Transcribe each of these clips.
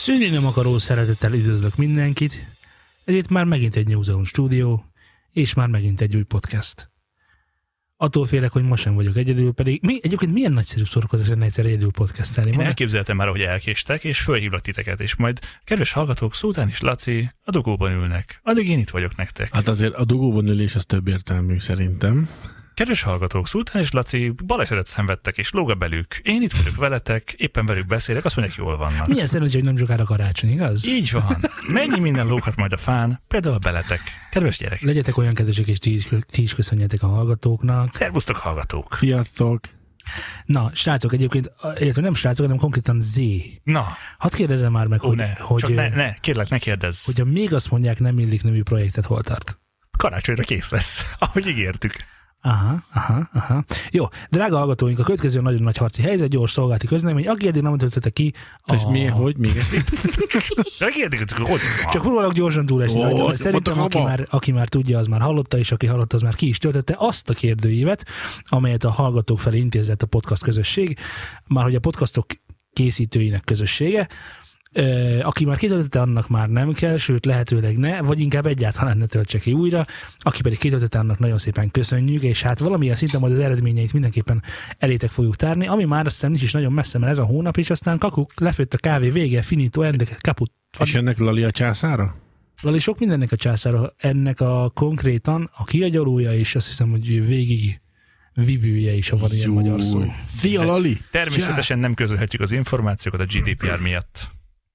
Szűnni nem akaró szeretettel üdvözlök mindenkit, ezért már megint egy New Zealand stúdió, és már megint egy új podcast. Attól félek, hogy ma sem vagyok egyedül, pedig egyébként milyen nagyszerű szórakozás lenne egyszer egyedül podcastelni. Én elképzeltem már, hogy elkéstek, és fölhívlak titeket, és majd kedves hallgatók, Szultán és Laci a dugóban ülnek. Addig én itt vagyok nektek. Hát azért a dugóban ülés az több értelmű szerintem. Kedves hallgatók, Szultán és Laci balesetet szenvedtek, és lóg a belük. Én itt vagyok veletek, éppen velük beszélek, azt mondják, jól vannak. Milyen szerencsé, hogy nem sokára karácsony, igaz? Így van. Mennyi minden lóghat majd a fán, például a beletek. Kedves gyerek. Legyetek olyan kedvesek, és ti is köszönjetek a hallgatóknak. Szervusztok, hallgatók. Sziasztok! Na, srácok, egyébként, illetve nem srácok, hanem konkrétan Z. Na. Hadd kérdezzem már meg, kérlek, ne kérdezz. Hogyha még azt mondják, nem illik nevű projektet hol tart? Karácsonyra kész lesz, ahogy ígértük. Aha. Jó, drága hallgatóink, a következő nagyon nagy harci helyzet, gyors szolgálati közlemény, aki eddig nem töltötte ki. És miért, hogy? Még Csak próbálok gyorsan túlesni. Szerintem aki már tudja, az már hallotta, és aki hallotta, az már ki is töltötte azt a kérdőívet, amelyet a hallgatók felé intézett a podcast közösség, már hogy a podcastok készítőinek közössége. Aki már kitöltötte, annak már nem kell, sőt lehetőleg ne, vagy inkább egyáltalán ne töltse ki újra. Aki pedig kitöltötte, annak nagyon szépen köszönjük, és hát valamilyen szinten majd az eredményeit mindenképpen elétek fogjuk tárni, ami már azt hiszem nincs is nagyon messze, mert ez a hónap, és aztán kakuk, lefőtt a kávé, vége, finito, ende, kaput. És ennek Lali a császára? Lali sok mindennek a császára, ennek a konkrétan a kiagyalója, és azt hiszem, hogy végig vivője is, ha van ilyen magyar szó. Szia, Lali! Természetesen nem közölhetjük az információkat a GDPR miatt.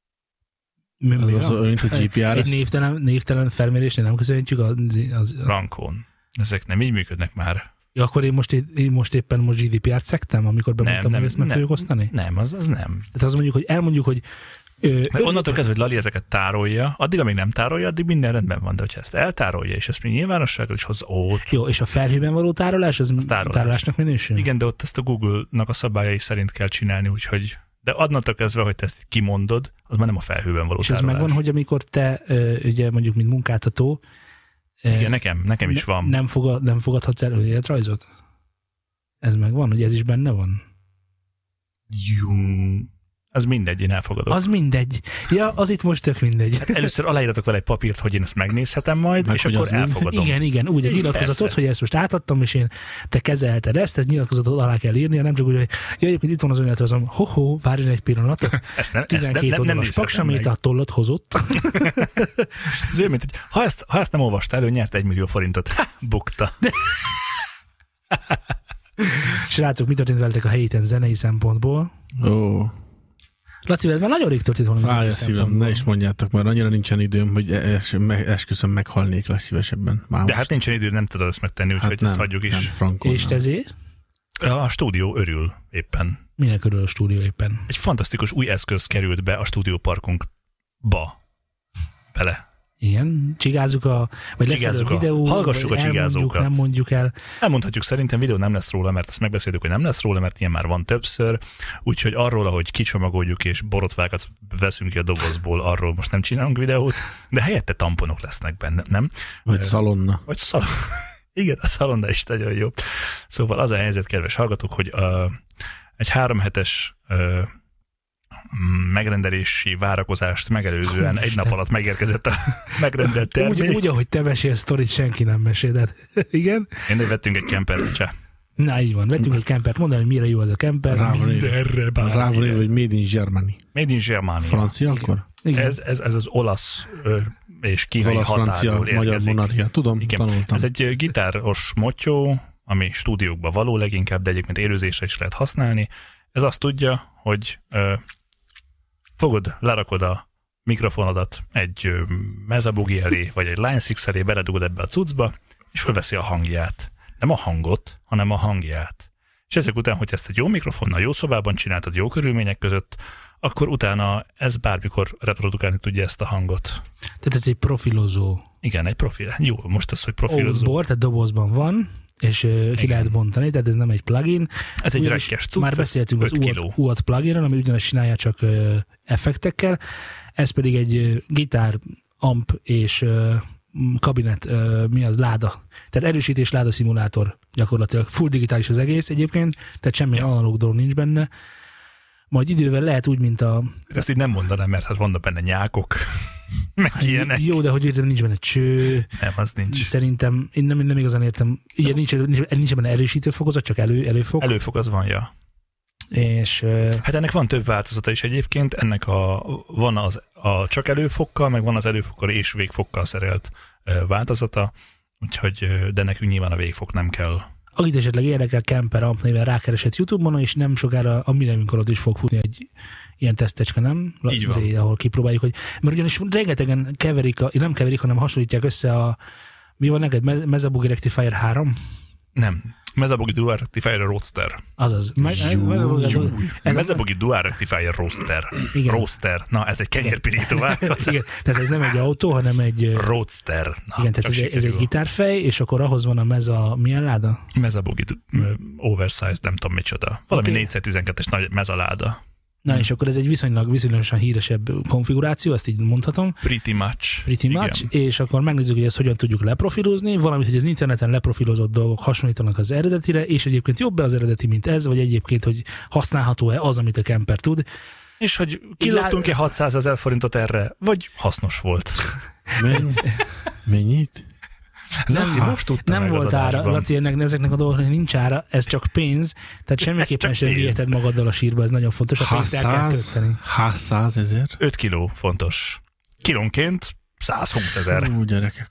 Az mint a GPR. Egy névtelen felmérésnél nem köszönhetjük Rankon. Ezek nem így működnek már. Ja, akkor én most éppen GDPR-t szektem, amikor bemondtam, hogy ezt meg fogjuk osztani? Nem, az nem. Tehát az mondjuk, hogy elmondjuk, hogy onnantól kezdve, hogy Lali ezeket tárolja, addig, amíg nem tárolja, addig minden rendben van, de hogyha ezt eltárolja, és ezt még nyilvánosságra is hozza ott. Jó, és a felhőben való tárolás, az tárolásnak minősül? Igen, de ott ezt a Google-nak a szabályai szerint kell csinálni, úgyhogy de adnantól kezdve, hogy te ezt kimondod, az már nem a felhőben való és tárolás. És ez megvan, hogy amikor te, ugye mondjuk, mint munkáltató... Igen, nekem is van. Nem fogadhatsz el önéletrajzot? Ez megvan, hogy ez is benne van? Jó. Az mindegy, én elfogadok. Az mindegy. Ja, az itt most tök mindegy. Hát először aláíratok vele egy papírt, hogy én ezt megnézhetem majd, és akkor elfogadom. Igen, úgy egy nyilatkozatot, hogy ezt most átadtam, és te kezelheted ezt nyilatkozatot alá kell írnia, nem csak úgy, hogy egyébként itt van az önéletrajzom, várjon egy pillanatot, 12 oldalas paksamét a tollot hozott. Ez olyan, mint, hogy ha ezt nem olvastál, ő nyert 1 millió forintot. Bukta. Srácok, mi történt veletek a héten zenei szempontból? Laci, veled már nagyon rég történt valami zenei szempontból. Ne is mondjátok, mert annyira nincsen időm, hogy esküszöm meghalnék legszívesebben. De hát nincsen idő, nem tudod ezt megtenni, úgyhogy ezt hagyjuk is. És te ezért? A stúdió örül éppen. Minek örül a stúdió éppen? Egy fantasztikus új eszköz került be a stúdióparkunkba. Bele. Igen, csigázzuk vagy lesz a videó, hallgassuk a csigázókat. Nem mondjuk el. Elmondhatjuk, szerintem videó nem lesz róla, mert azt megbeszéltük, hogy nem lesz róla, mert ilyen már van többször, úgyhogy arról, ahogy kicsomagoljuk és borotvákat veszünk ki a dobozból, arról most nem csinálunk videót, de helyette tamponok lesznek benne, nem? Vagy szalonna. Igen, a szalonna is nagyon jó. Szóval az a helyzet, kedves hallgatók, hogy egy 3 hetes megrendelési várakozást megelőzően egy nap alatt megérkezett a megrendelt termék. Úgy, ahogy te mesélsz sztorit, senki nem mesél. Igen? Én vettünk egy kempert, cseh. Na, így van, vettünk egy kempert. Mondd el, hogy mire jó az a kemper. Rá van írva, hogy Made in Germany. Made in Germany. Francia akkor? Ez az olasz és kínai határról érkezik. Magyar monarchia. Tudom, igen. Tanultam. Ez egy gitáros motyó, ami stúdiókban való leginkább, de egyébként élőzésre is lehet használni. Ez azt tudja, hogy lerakod a mikrofonodat egy Mesa Boogie elé, vagy egy Line 6 elé, beledugod ebbe a cuccba, és felveszi a hangját. Nem a hangot, hanem a hangját. És ezek után, hogy ezt egy jó mikrofonnal, jó szobában csináltad, jó körülmények között, akkor utána ez bármikor reprodukálni tudja ezt a hangot. Tehát ez egy profilozó. Igen, egy profil. Jó, most az, hogy profilozó. Outboard, tehát dobozban van, és ki lehet bontani, tehát ez nem egy plugin. Ez egy rekkes cucc, már beszéltünk az UAD pluginről, ami ugyanezt csinálja, csak effektekkel. Ez pedig egy gitár, amp és kabinet, láda. Tehát erősítés láda szimulátor gyakorlatilag. Full digitális az egész egyébként, tehát semmi analóg dolog nincs benne. majd idővel lehet úgy, mint a... Ezt így nem mondanám, mert hát vannak benne nyákok, meg ilyenek. Jó, de hogy nincs benne cső. Nem, az nincs. Szerintem, én nem igazán értem. Ugye nincs benne erősítő fokozat, csak előfok. Előfok az van, ja. És... Hát ennek van több változata is egyébként, ennek van a csak előfokkal, meg van az előfokkal és végfokkal szerelt változata, úgyhogy, de nekünk nyilván a végfok nem kell. Akit esetleg érdekel, Kemper Amp néven rákeresett YouTube-on, és nem sokára a Millennium alatt is fog futni egy ilyen tesztecske, nem? Így van. Azért, ahol kipróbáljuk, hogy... Mert ugyanis rengetegen nem keverik, hanem hasonlítják össze mi van neked? Mesa Boogie Rectifier 3? Nem. Mesa Boogie Dual Rectifier Roadster. Azaz. Mesa Boogie Dual Rectifier Roadster. Igen. Roadster. Na, ez egy kenyérpirító változat. Igen, tehát ez nem egy autó, hanem egy... Roadster. Na, igen, tehát ez egy gitárfej, és akkor ahhoz van a Mesa... Milyen láda? Mesa Boogie Oversized, nem tudom micsoda. Valami okay. 4x12-es nagy Mesa láda. Na, és akkor ez egy viszonylagosan híresebb konfiguráció, ezt így mondhatom. Pretty much, és akkor megnézzük, hogy ezt hogyan tudjuk leprofilozni, valamint, hogy az interneten leprofilozott dolgok hasonlítanak az eredetire, és egyébként jobb-e az eredeti, mint ez, vagy egyébként, hogy használható-e az, amit a Kemper tud. És hogy kiláttunk-e 600 000 forintot erre, vagy hasznos volt. Mennyit? Laci, nem volt ára, Laci, ezeknek a dolgoknak nincs ára, ez csak pénz, tehát semmiképpen sem viheted magaddal a sírba, ez nagyon fontos, a pénzt el kell költeni. 600 000? 5 kiló fontos. Kilónként 120 000. Úgy gyerekek.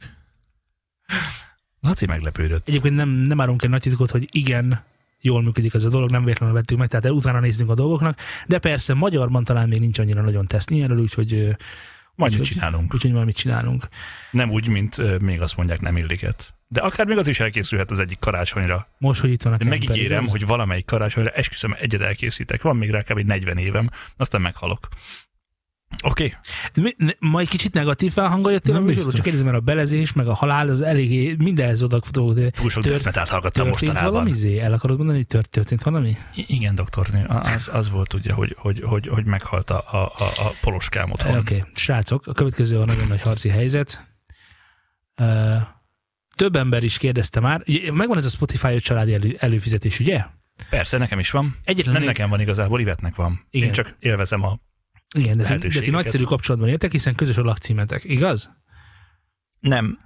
Laci meglepődött. Egyébként nem árunk el nagy titkot, hogy igen, jól működik ez a dolog, nem véletlenül vettük meg, tehát utána nézzünk a dolgoknak, de persze magyarban talán még nincs annyira nagyon teszt ilyenről, úgyhogy majd csinálunk. Úgyhogy majd mit csinálunk. Nem úgy, mint még azt mondják, nem illiket. De akár még az is elkészülhet az egyik karácsonyra. Most, hogy itt van a Kemper. Megígérem, hogy valamelyik karácsonyra esküszöm egyet elkészítek. Van még rá kb. 40 évem, aztán meghalok. Oké. Majd kicsit negatív felhangolja tényleg a műsorról, csak kérdezem, mert a belezés, meg a halál, az eléggé mindenhez odafutó. Túl sok death-metalt hallgattam mostanában. Történt valami? El akarod mondani, hogy történt valami? Igen, doktornő. Az volt ugye, hogy meghalt a poloskám otthon. Oké. Srácok, a következő a nagyon nagy harci helyzet. Több ember is kérdezte már. Megvan ez a Spotify családi előfizetés, ugye? Persze, nekem is van. Nem nekem van igazából, Ivetnek van. Igen. Én csak élvezem a igen, de ti nagyszerű kapcsolatban értek, hiszen közös a lakcímetek, igaz? Nem.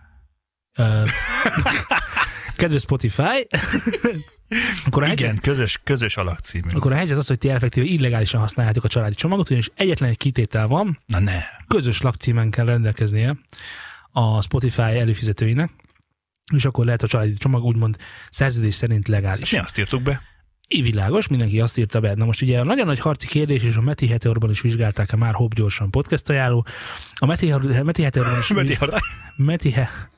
Kedves Spotify. Akkor igen, közös a lakcímünk. Akkor a helyzet az, hogy ti effektíve illegálisan használjátok a családi csomagot, ugyanis egyetlen egy kitétel van. Na ne. Közös lakcímen kell rendelkeznie a Spotify előfizetőinek, és akkor lehet a családi csomag úgymond szerződés szerint legális. Mi azt írtuk be? Világos, mindenki azt írta be. Na most ugye a nagyon nagy harci kérdés, és a Meti Heteorban is vizsgálták már Hopp gyorsan podcast ajánló. A Meti Heteorban is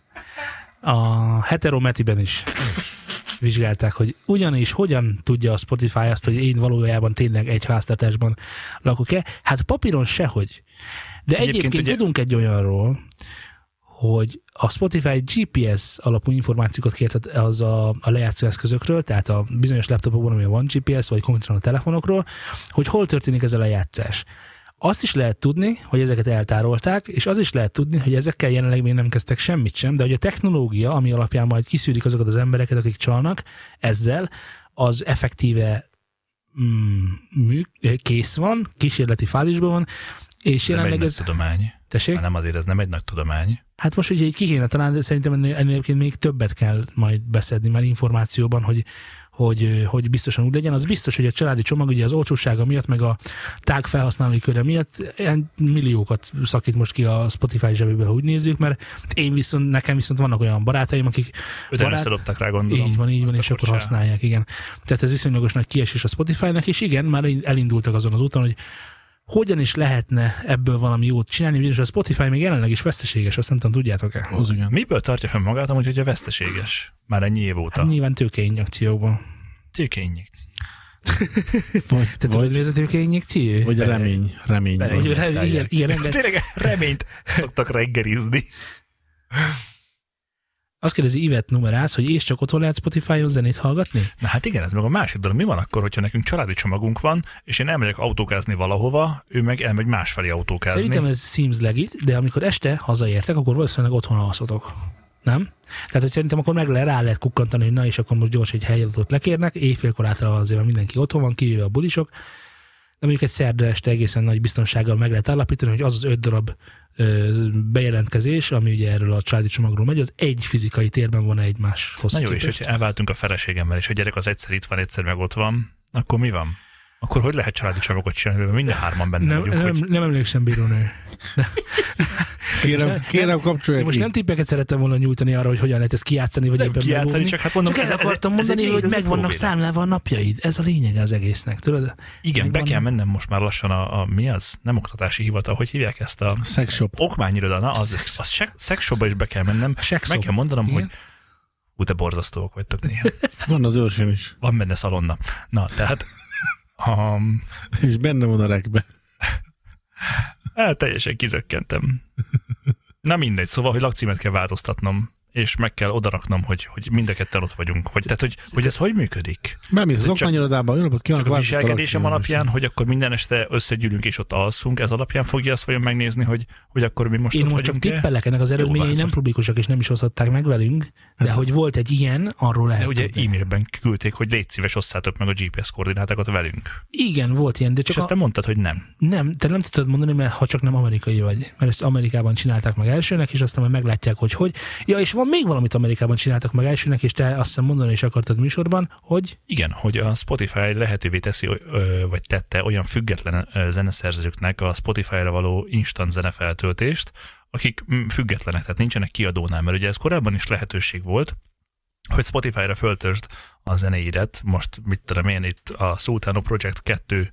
a Heterometiben is vizsgálták, hogy ugyanis hogyan tudja a Spotify azt, hogy én valójában tényleg egy háztartásban lakok-e. Hát papíron sehogy. De egyébként ugye... tudunk egy olyanról, hogy a Spotify GPS alapú információkat kért az a lejátszó eszközökről, tehát a bizonyos laptopokban, amilyen van GPS, vagy konkrétan a telefonokról, hogy hol történik ez a lejátszás. Azt is lehet tudni, hogy ezeket eltárolták, és az is lehet tudni, hogy ezekkel jelenleg még nem kezdtek semmit sem, de hogy a technológia, ami alapján majd kiszűrik azokat az embereket, akik csalnak, ezzel az effektíve kész van, kísérleti fázisban van, és jelenleg ez... tudomány. Tessék? Nem azért, ez nem egy nagy tudomány. Hát most ugye ki kéne talán, de szerintem ennél még többet kell majd beszedni már információban, hogy biztosan úgy legyen. Az biztos, hogy a családi csomag ugye az olcsósága miatt, meg a tág felhasználói köre miatt milliókat szakít most ki a Spotify zsebébe, ha úgy nézzük, mert nekem viszont vannak olyan barátaim, akik... összedobtak rá, gondolom. Így van, és akkor használják, igen. Tehát ez viszonylagos nagy kiesés a Spotify-nak, és igen, már elindultak azon az úton, hogy hogyan is lehetne ebből valami jót csinálni, ugyanis a Spotify még jelenleg is veszteséges, azt nem tudom, tudjátok-e? Miből tartja fel magát, hogy a veszteséges? Már ennyi év óta. Hát nyilván tőkeinjekcióban. Tőkeinjekció. Te tudod, hogy ez a tőkeinjekció? Vagy remény. Igen, tényleg reményt szoktak reggelizni. Azt kérdezi Ivet numeráz, hogy és csak otthon lehet Spotify-on zenét hallgatni? Na hát igen, ez meg a másik dolog. Mi van akkor, hogyha nekünk családi csomagunk van, és én elmegyek autókázni valahova, ő meg elmegy másfelé autókázni? Szerintem ez seems legit, de amikor este hazaértek, akkor valószínűleg otthon alszotok. Nem? Tehát, hogy szerintem akkor rá lehet kukkantani, hogy na és akkor most gyors egy helyadatot lekérnek, éjfélkor általában azért mindenki otthon van, kivéve a bulisok, de mondjuk egy szerda este egészen nagy biztonsággal meg lehet állapítani, hogy az 5 darab bejelentkezés, ami ugye erről a családi csomagról megy, az egy fizikai térben van egymáshoz. Na jó, és hogyha elváltunk a feleségemmel, és a gyerek az egyszer itt van, egyszer meg ott van, akkor mi van? Akkor hogy lehet családi csomagot csinálni, mert minden hárman benne vagyunk? Nem emlékszem, bírónő. Kérem, kapcsolják. Most nem tippeket szerettem volna nyújtani arra, hogy hogyan lehet ezt kijátszani, vagy ebben megúvni. Csak ez akartam mondani, hogy meg vannak számlálva a napjaid. Ez a lényege az egésznek, tudod? Igen, be kell mennem most már lassan mi az? Nem oktatási hivatal, hogy hívják ezt a... Sex shop. Okmányiroda, na, az sex shopba is be kell mennem. Meg kell mondanom, hogy te borzasztóak vagytok néha. Van az őrsön is. Van benne szalonna. Na, tehát... És benne van a rekbe. Teljesen kizökkentem. Na mindegy, szóval, hogy lakcímet kell változtatnom, és meg kell odaraknom, hogy mind a ketten ott vagyunk. Vagy, tehát, hogy ez hogy működik? Bemész az okmányirodába, jó napot kívánok. Csak a viselkedésem alapján, hogy akkor minden este összegyűlünk és ott alszunk, ez alapján fogja azt vajon megnézni, hogy akkor mi most én ott most csak vagyunk. tippelek, ennek az eredményei nem publikusak, és nem is osztották meg velünk, de hogy volt egy ilyen, arról lehet. De ugye e-mailben küldték, hogy légy szíves, osszátok meg a GPS koordinátákat velünk. Igen, volt ilyen, de csak és ezt te mondtad, hogy nem. Nem, te nem tudod mondani, mert ha csak nem amerikai vagy. Mert ezt Amerikában csinálták meg elsőnek, és aztán majd meglátják, hogy. Ja, és van még valamit Amerikában csináltak meg elsőnek, és te azt hiszem mondani is akartad műsorban, hogy... Igen, hogy a Spotify lehetővé teszi, vagy tette olyan független zeneszerzőknek a Spotify-ra való instant zenefeltöltést, akik függetlenek, tehát nincsenek kiadónál, mert ugye ez korábban is lehetőség volt, hogy Spotify-ra föltöltsd a zenéidet, most mit tudom én, itt a Sultano Project 2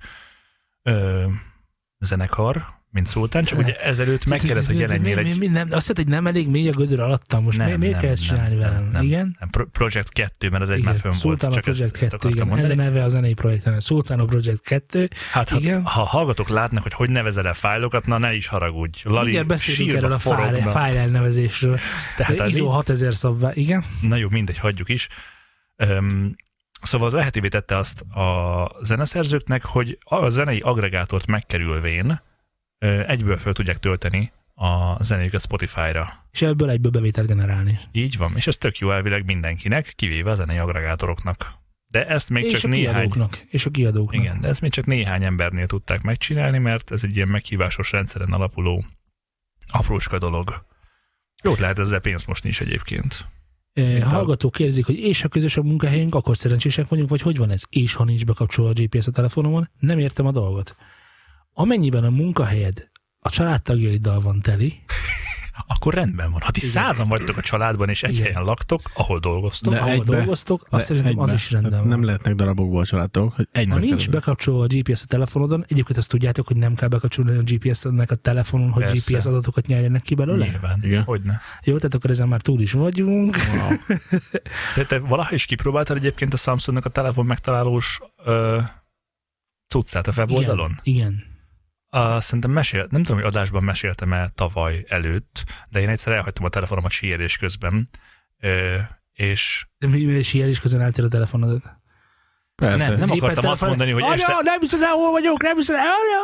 zenekar, mint Sultán, csak ugye ezelőtt meg kellett, hogy jelenjél egy... Azt mondta, hogy nem elég mély a gödör alattam, most miért kell ezt csinálni velem? Igen? Project 2, mert az egy már fönn volt. Sultano Project 2, igen. Ez a neve a zenei projektnek. Sultano Project 2. Hát ha hallgatók látnak, hogy nevezel el fájlokat, na ne is haragudj. Lali, igen, beszélünk erről a fájl elnevezésről. Tehát ISO 6000 szabvány, igen. Na jó, mindegy, hagyjuk is. Szóval lehetővé tette azt a zeneszerzőknek, hogy a zenei agregátort megkerülvén egyből föl tudják tölteni a zenéjüket Spotify-ra. És ebből egyből bevételt generálni. Így van, és ez tök jó elvileg mindenkinek, kivéve a zenei agregátoroknak. De ezt még csak néhány... És a kiadóknak. Igen, de ezt még csak néhány embernél tudták megcsinálni, mert ez egy ilyen meghívásos rendszeren alapuló aprócska dolog. Jót lehet ezzel pénzt mosni is egyébként. Hallgatók kérdezik, hogy és ha közös a munkahelyünk, akkor szerencsések vagyunk, vagy hogy van ez? És ha nincs bekapcsolva a GPS a telefonomon, nem értem a dolgot. Amennyiben a munkahelyed a családtagjaiddal van teli, akkor rendben van. Ha ti 100-an vagytok a családban, és egy helyen laktok, ahol dolgoztok, azt szerintem az is rendben van. Nem lehetnek darabokból a családtagok, hogy ha nincs bekapcsolva a GPS a telefonodon, egyébként azt tudjátok, hogy nem kell bekapcsolni a GPS-nek a telefonon, hogy persze. GPS adatokat nyerjenek ki belőle? Nyilván, igen. Hogyne. Jó, tehát akkor ezen már túl is vagyunk. Wow. De te valaha is kipróbáltad egyébként a Samsungnak a telefon megtalálós cuccát a weboldalon? Igen. Szerintem nem tudom, hogy adásban meséltem-e tavaly előtt, de én egyszer elhagytam a telefonomat síelés közben, és... De mi síelés közben eltér a telefonodat? Persze. Nem akartam azt mondani, hogy este... Nem hiszem, hol vagyok, nem hiszem,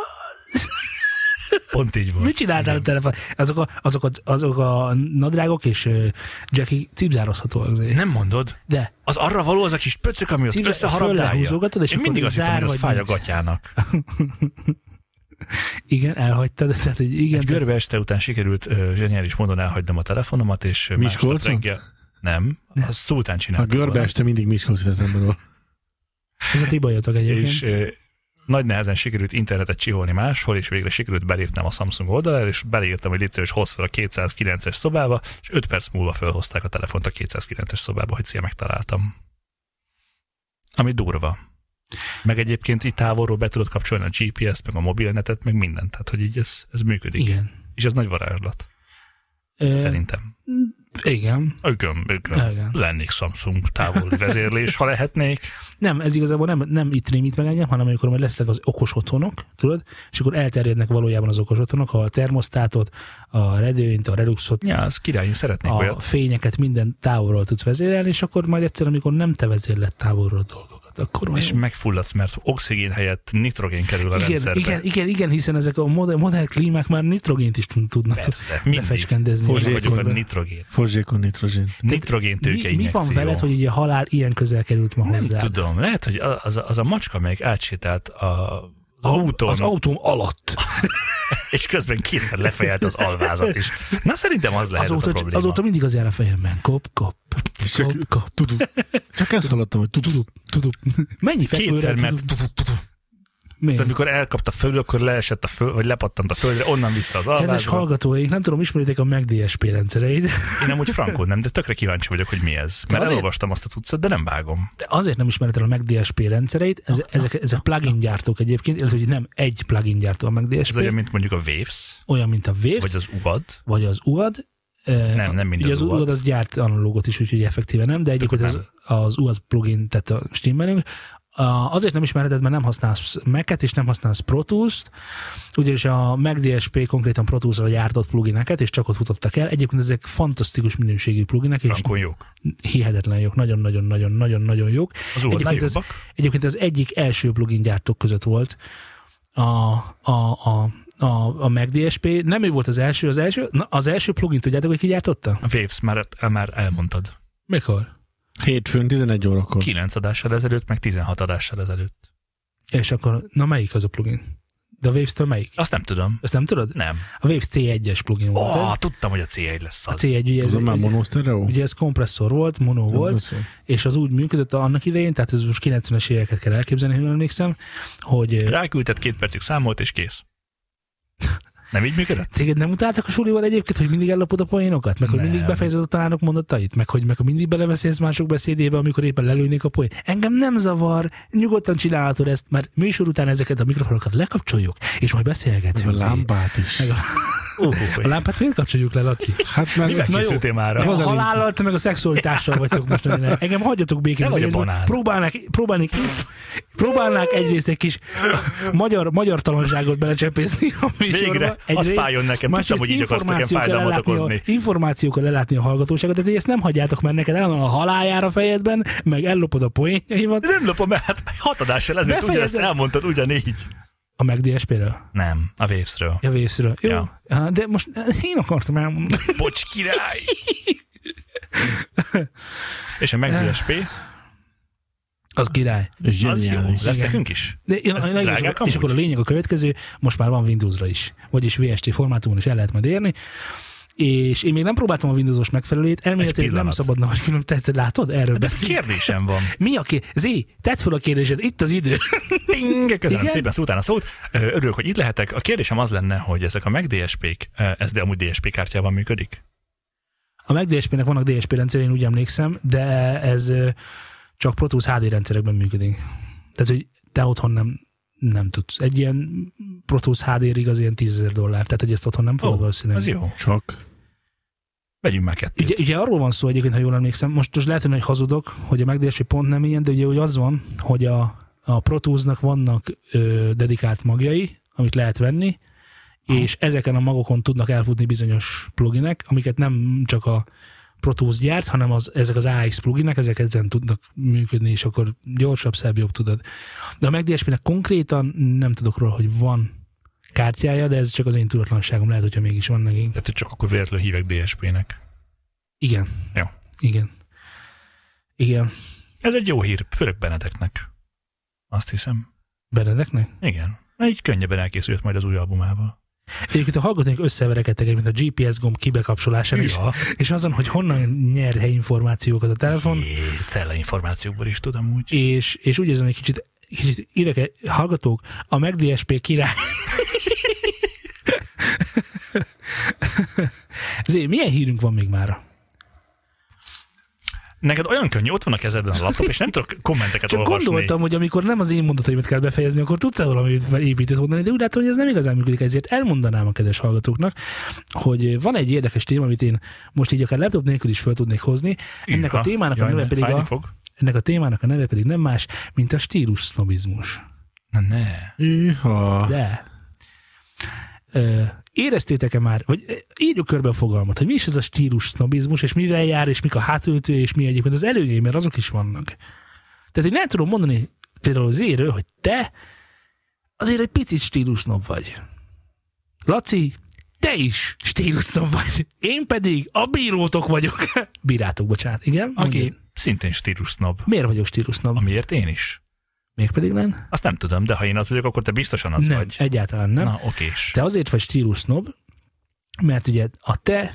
Pont így volt. Mit csináltál a telefon? Azok a nadrágok és Jackie cipzározhatóak azért. Nem mondod? De. Az arra való az a kis pöcök, ami ott összeharapdálja. Én mindig azt hittem, hogy az fáj a gatyának. Igen, elhagytad. Tehát, hogy igen, egy görbe este után sikerült zseniális módon elhagynom a telefonomat, és másnap reggel... Nem, az Szultán csinálta. A görbe este mindig Miskolcon eszembe. Ez a ti bajotok egyébként. És nagy nehezen sikerült internetet csiholni máshol, és végre sikerült belépnem a Samsung oldalára, és beleírtam, hogy légy szíves, hozz fel a 209-es szobába, és 5 perc múlva felhozták a telefont a 209-es szobába, hogy szia, megtaláltam. Ami durva. Meg egyébként így távolról be tudod kapcsolni a GPS-t, meg a mobilnetet, meg mindent. Tehát, hogy így ez működik. Igen. És ez nagy varázslat. Szerintem. Igen. Igen. Lennék Samsung távoli vezérlés, ha lehetnék. Nem, ez igazából nem itt rémít meg engem, hanem amikor majd lesznek az okos otthonok, tudod, és akkor elterjednek valójában az okos otthonok, ahol a termosztátot, a redőnyt, a reluxot, ja, az király, szeretnék a olyat. Fényeket, minden távolról tudsz vezérelni, és akkor majd egyszer, amikor nem te vezérled távolról dolgokat, akkor és megfulladsz, mert oxigén helyett nitrogén kerül a rendszerbe. Igen, hiszen ezek a modern klímák már nitrogént is tudnak befecskendezni. Fozsékon nitrogén. Nitrogén tőke mi van veled, hogy így a halál ilyen közel került ma hozzá? Nem tudom, lehet, hogy az a macska, amelyik átsétált Az autóm alatt. És közben kétszer lefejelt az alvázat is. Na szerintem az lehet a probléma. Azóta mindig az jár a fejemben. Kop. Csak ezt hallottam, hogy tudu. Mennyi fekvőre? Kétszer, mert Miért? amikor elkapta föl, akkor leesett a föld, vagy lepattant a földre, onnan vissza az alvázba. Kedves hallgatóink, nem tudom, ismeritek a MagDSP rendszereit. Én amúgy frankon nem, de tökre kíváncsi vagyok, hogy mi ez. Mert elolvastam azt a cuccot, de nem vágom. De azért nem ismered el a MagDSP rendszereit, ezek plugin gyártók egyébként, illetve hogy nem egy plugin gyártó a MagDSP. Ez olyan, mint mondjuk a Waves. Olyan, mint a Waves. Vagy az UAD. Nem mindegy. Az UAD az gyárt analógot is, úgyhogy effektíve nem, de egyébként az UAD plugin, tehát a stimmelünk. Azért nem ismereted, mert nem használsz Mac-et és nem használsz Pro Tools-t, ugyanis a MagDSP konkrétan Pro Tools-ra gyártott plugineket, és csak ott futottak el. Egyébként ezek fantasztikus minőségű pluginek. Frankon jók. Hihetetlen jók, nagyon-nagyon jók. Egyébként az egyik első plugin gyártók között volt a MagDSP. Nem ő volt az első. Az első plugin, tudjátok, hogy ki gyártotta? A Waves, már elmondtad. Mikor? Hétfőn 11 órakor. 9 adással ezelőtt, meg 16 adással ezelőtt. És akkor, melyik az a plugin? De a Waves-től melyik? Azt nem tudom. Ezt nem tudod? Nem. A Waves C1-es plugin volt. Tudtam, hogy a C1 lesz az. A C1 ugye ez már monosztereó? Ugye ez kompresszor volt, mono volt, és az úgy működött annak idején, tehát ez most 90-es éveket kell elképzelni, ha emlékszem, hogy... Ráküldted 2 percig számolt, és kész. Nem így működött? Téged nem utáltak a sulival egyébként, hogy mindig ellopod a poénokat? Meg hogy mindig befejezed a tanárok mondatait? Meg hogy mindig belebeszélsz mások beszédébe, amikor éppen lelőnék a poén? Engem nem zavar, nyugodtan csinálhatod ezt, mert műsor után ezeket a mikrofonokat lekapcsoljuk, és majd beszélgetünk. A lámpát is. A lámpát miért kapcsoljuk le, Laci? Hát mert mivel készültél már? A halállal, te meg a szexualitással vagytok most. Engem hagyjatok békén. Próbálnák egyrészt egy kis magyar talanságot belecsempészni a műsorba. Végre, hadd fájjon nekem. Tudtam, hogy így akarsz nekem fájdalmat okozni. Információkkal lelátni a hallgatóságot, de ezt nem hagyjátok, mert neked állandóan a halál jár a fejedben, meg ellopod a poénjaimat. Nem lopom, mert hát 6 adással ezért ugyanezt elmondtad ugyanígy. A MagDSP-ről? Nem, a Waves-ről. A Waves-ről. Jó, ja. De most én akartam elmondani. Bocs, király! És a MagDSP? Az király. Zseniális. Lesz nekünk is? És akkor a lényeg a következő, most már van Windowsra is. Vagyis VST formátumon is el lehet majd érni. És én még nem próbáltam a Windowsos megfelelőjét, elméletileg nem szabadna, hogy külön látod? Erről de kérdésem van. Mi a Zé, tedd fel a kérdésed, itt az idő. Köszönöm szépen szóltán a szót. Örülök, hogy itt lehetek. A kérdésem az lenne, hogy ezek a MagDSP-k, ez de amúgy DSP kártyával működik? A MagDSP-nek vannak DSP rendszer, én úgy emlékszem, de ez csak Pro Tools HD rendszerekben működik. Tehát, hogy te otthon nem tudsz. Egy ilyen Pro Tools HD-rig az ilyen $10,000. Tehát, hogy ezt otthon nem fogod valószínűleg. Ez jó. Csak. Vegyünk már kettőt. Ugye arról van szó egyébként, ha jól emlékszem, most lehet, hogy hazudok, hogy a MagDSP pont nem ilyen, de ugye úgy az van, hogy a Pro Tools-nak vannak dedikált magjai, amit lehet venni, és ezeken a magokon tudnak elfutni bizonyos pluginek, amiket nem csak a Pro Tools gyárt, hanem ezek az AX pluginek, ezek ezen tudnak működni, és akkor gyorsabb, szebb, jobb tudod. De a MagDSP-nek konkrétan nem tudok róla, hogy van kártyája, de ez csak az én tudatlanságom, lehet, hogyha mégis van nekik. Tehát csak akkor véletlenül hívek DSP-nek. Igen. Jó. Igen. Ez egy jó hír, főleg Benedeknek. Azt hiszem. Benedeknek? Igen. Így könnyebben elkészült majd az új albumával. Egyébként a hallgatók összeverekedtek, mint a GPS gomb kibekapcsolásán is, és azon, hogy honnan nyer helyinformációkat a telefon. Cellainformációkból is tudom úgy. És úgy érzem, hogy kicsit ide hallgatók, a MagDSP király. Zé, milyen hírünk van még mára? Neked olyan könnyű, ott van a kezedben a laptop, és nem tudok kommenteket csak olvasni. Gondoltam, hogy amikor nem az én mondataimat kell befejezni, akkor tudsz-e valami építőt mondani, de úgy látom, hogy ez nem igazán működik, ezért elmondanám a kedves hallgatóknak, hogy van egy érdekes téma, amit én most így akár laptop nélkül is fel tudnék hozni. Ennek a témának a témának a neve pedig nem más, mint a stílus sznobizmus. Na ne. De. Éreztétek-e már, vagy írjuk körbe a fogalmat, hogy mi is ez a stílus sznobizmus, és mivel jár, és mik a hátulütő, és mi egyébként az előnyei, mert azok is vannak. Tehát én nem tudom mondani például Zéről, hogy te azért egy picit stílus sznob vagy. Laci, te is stílus sznob vagy. Én pedig a bírótok vagyok. Bírátok, bocsánat. Igen? Aki szintén stílus sznob. Miért vagyok stílus sznob? Amiért én is. Mégpedig nem? Azt nem tudom, de ha én az vagyok, akkor te biztosan az nem, vagy. Egyáltalán nem. Na, okés. Te azért vagy stílussnob, mert ugye a te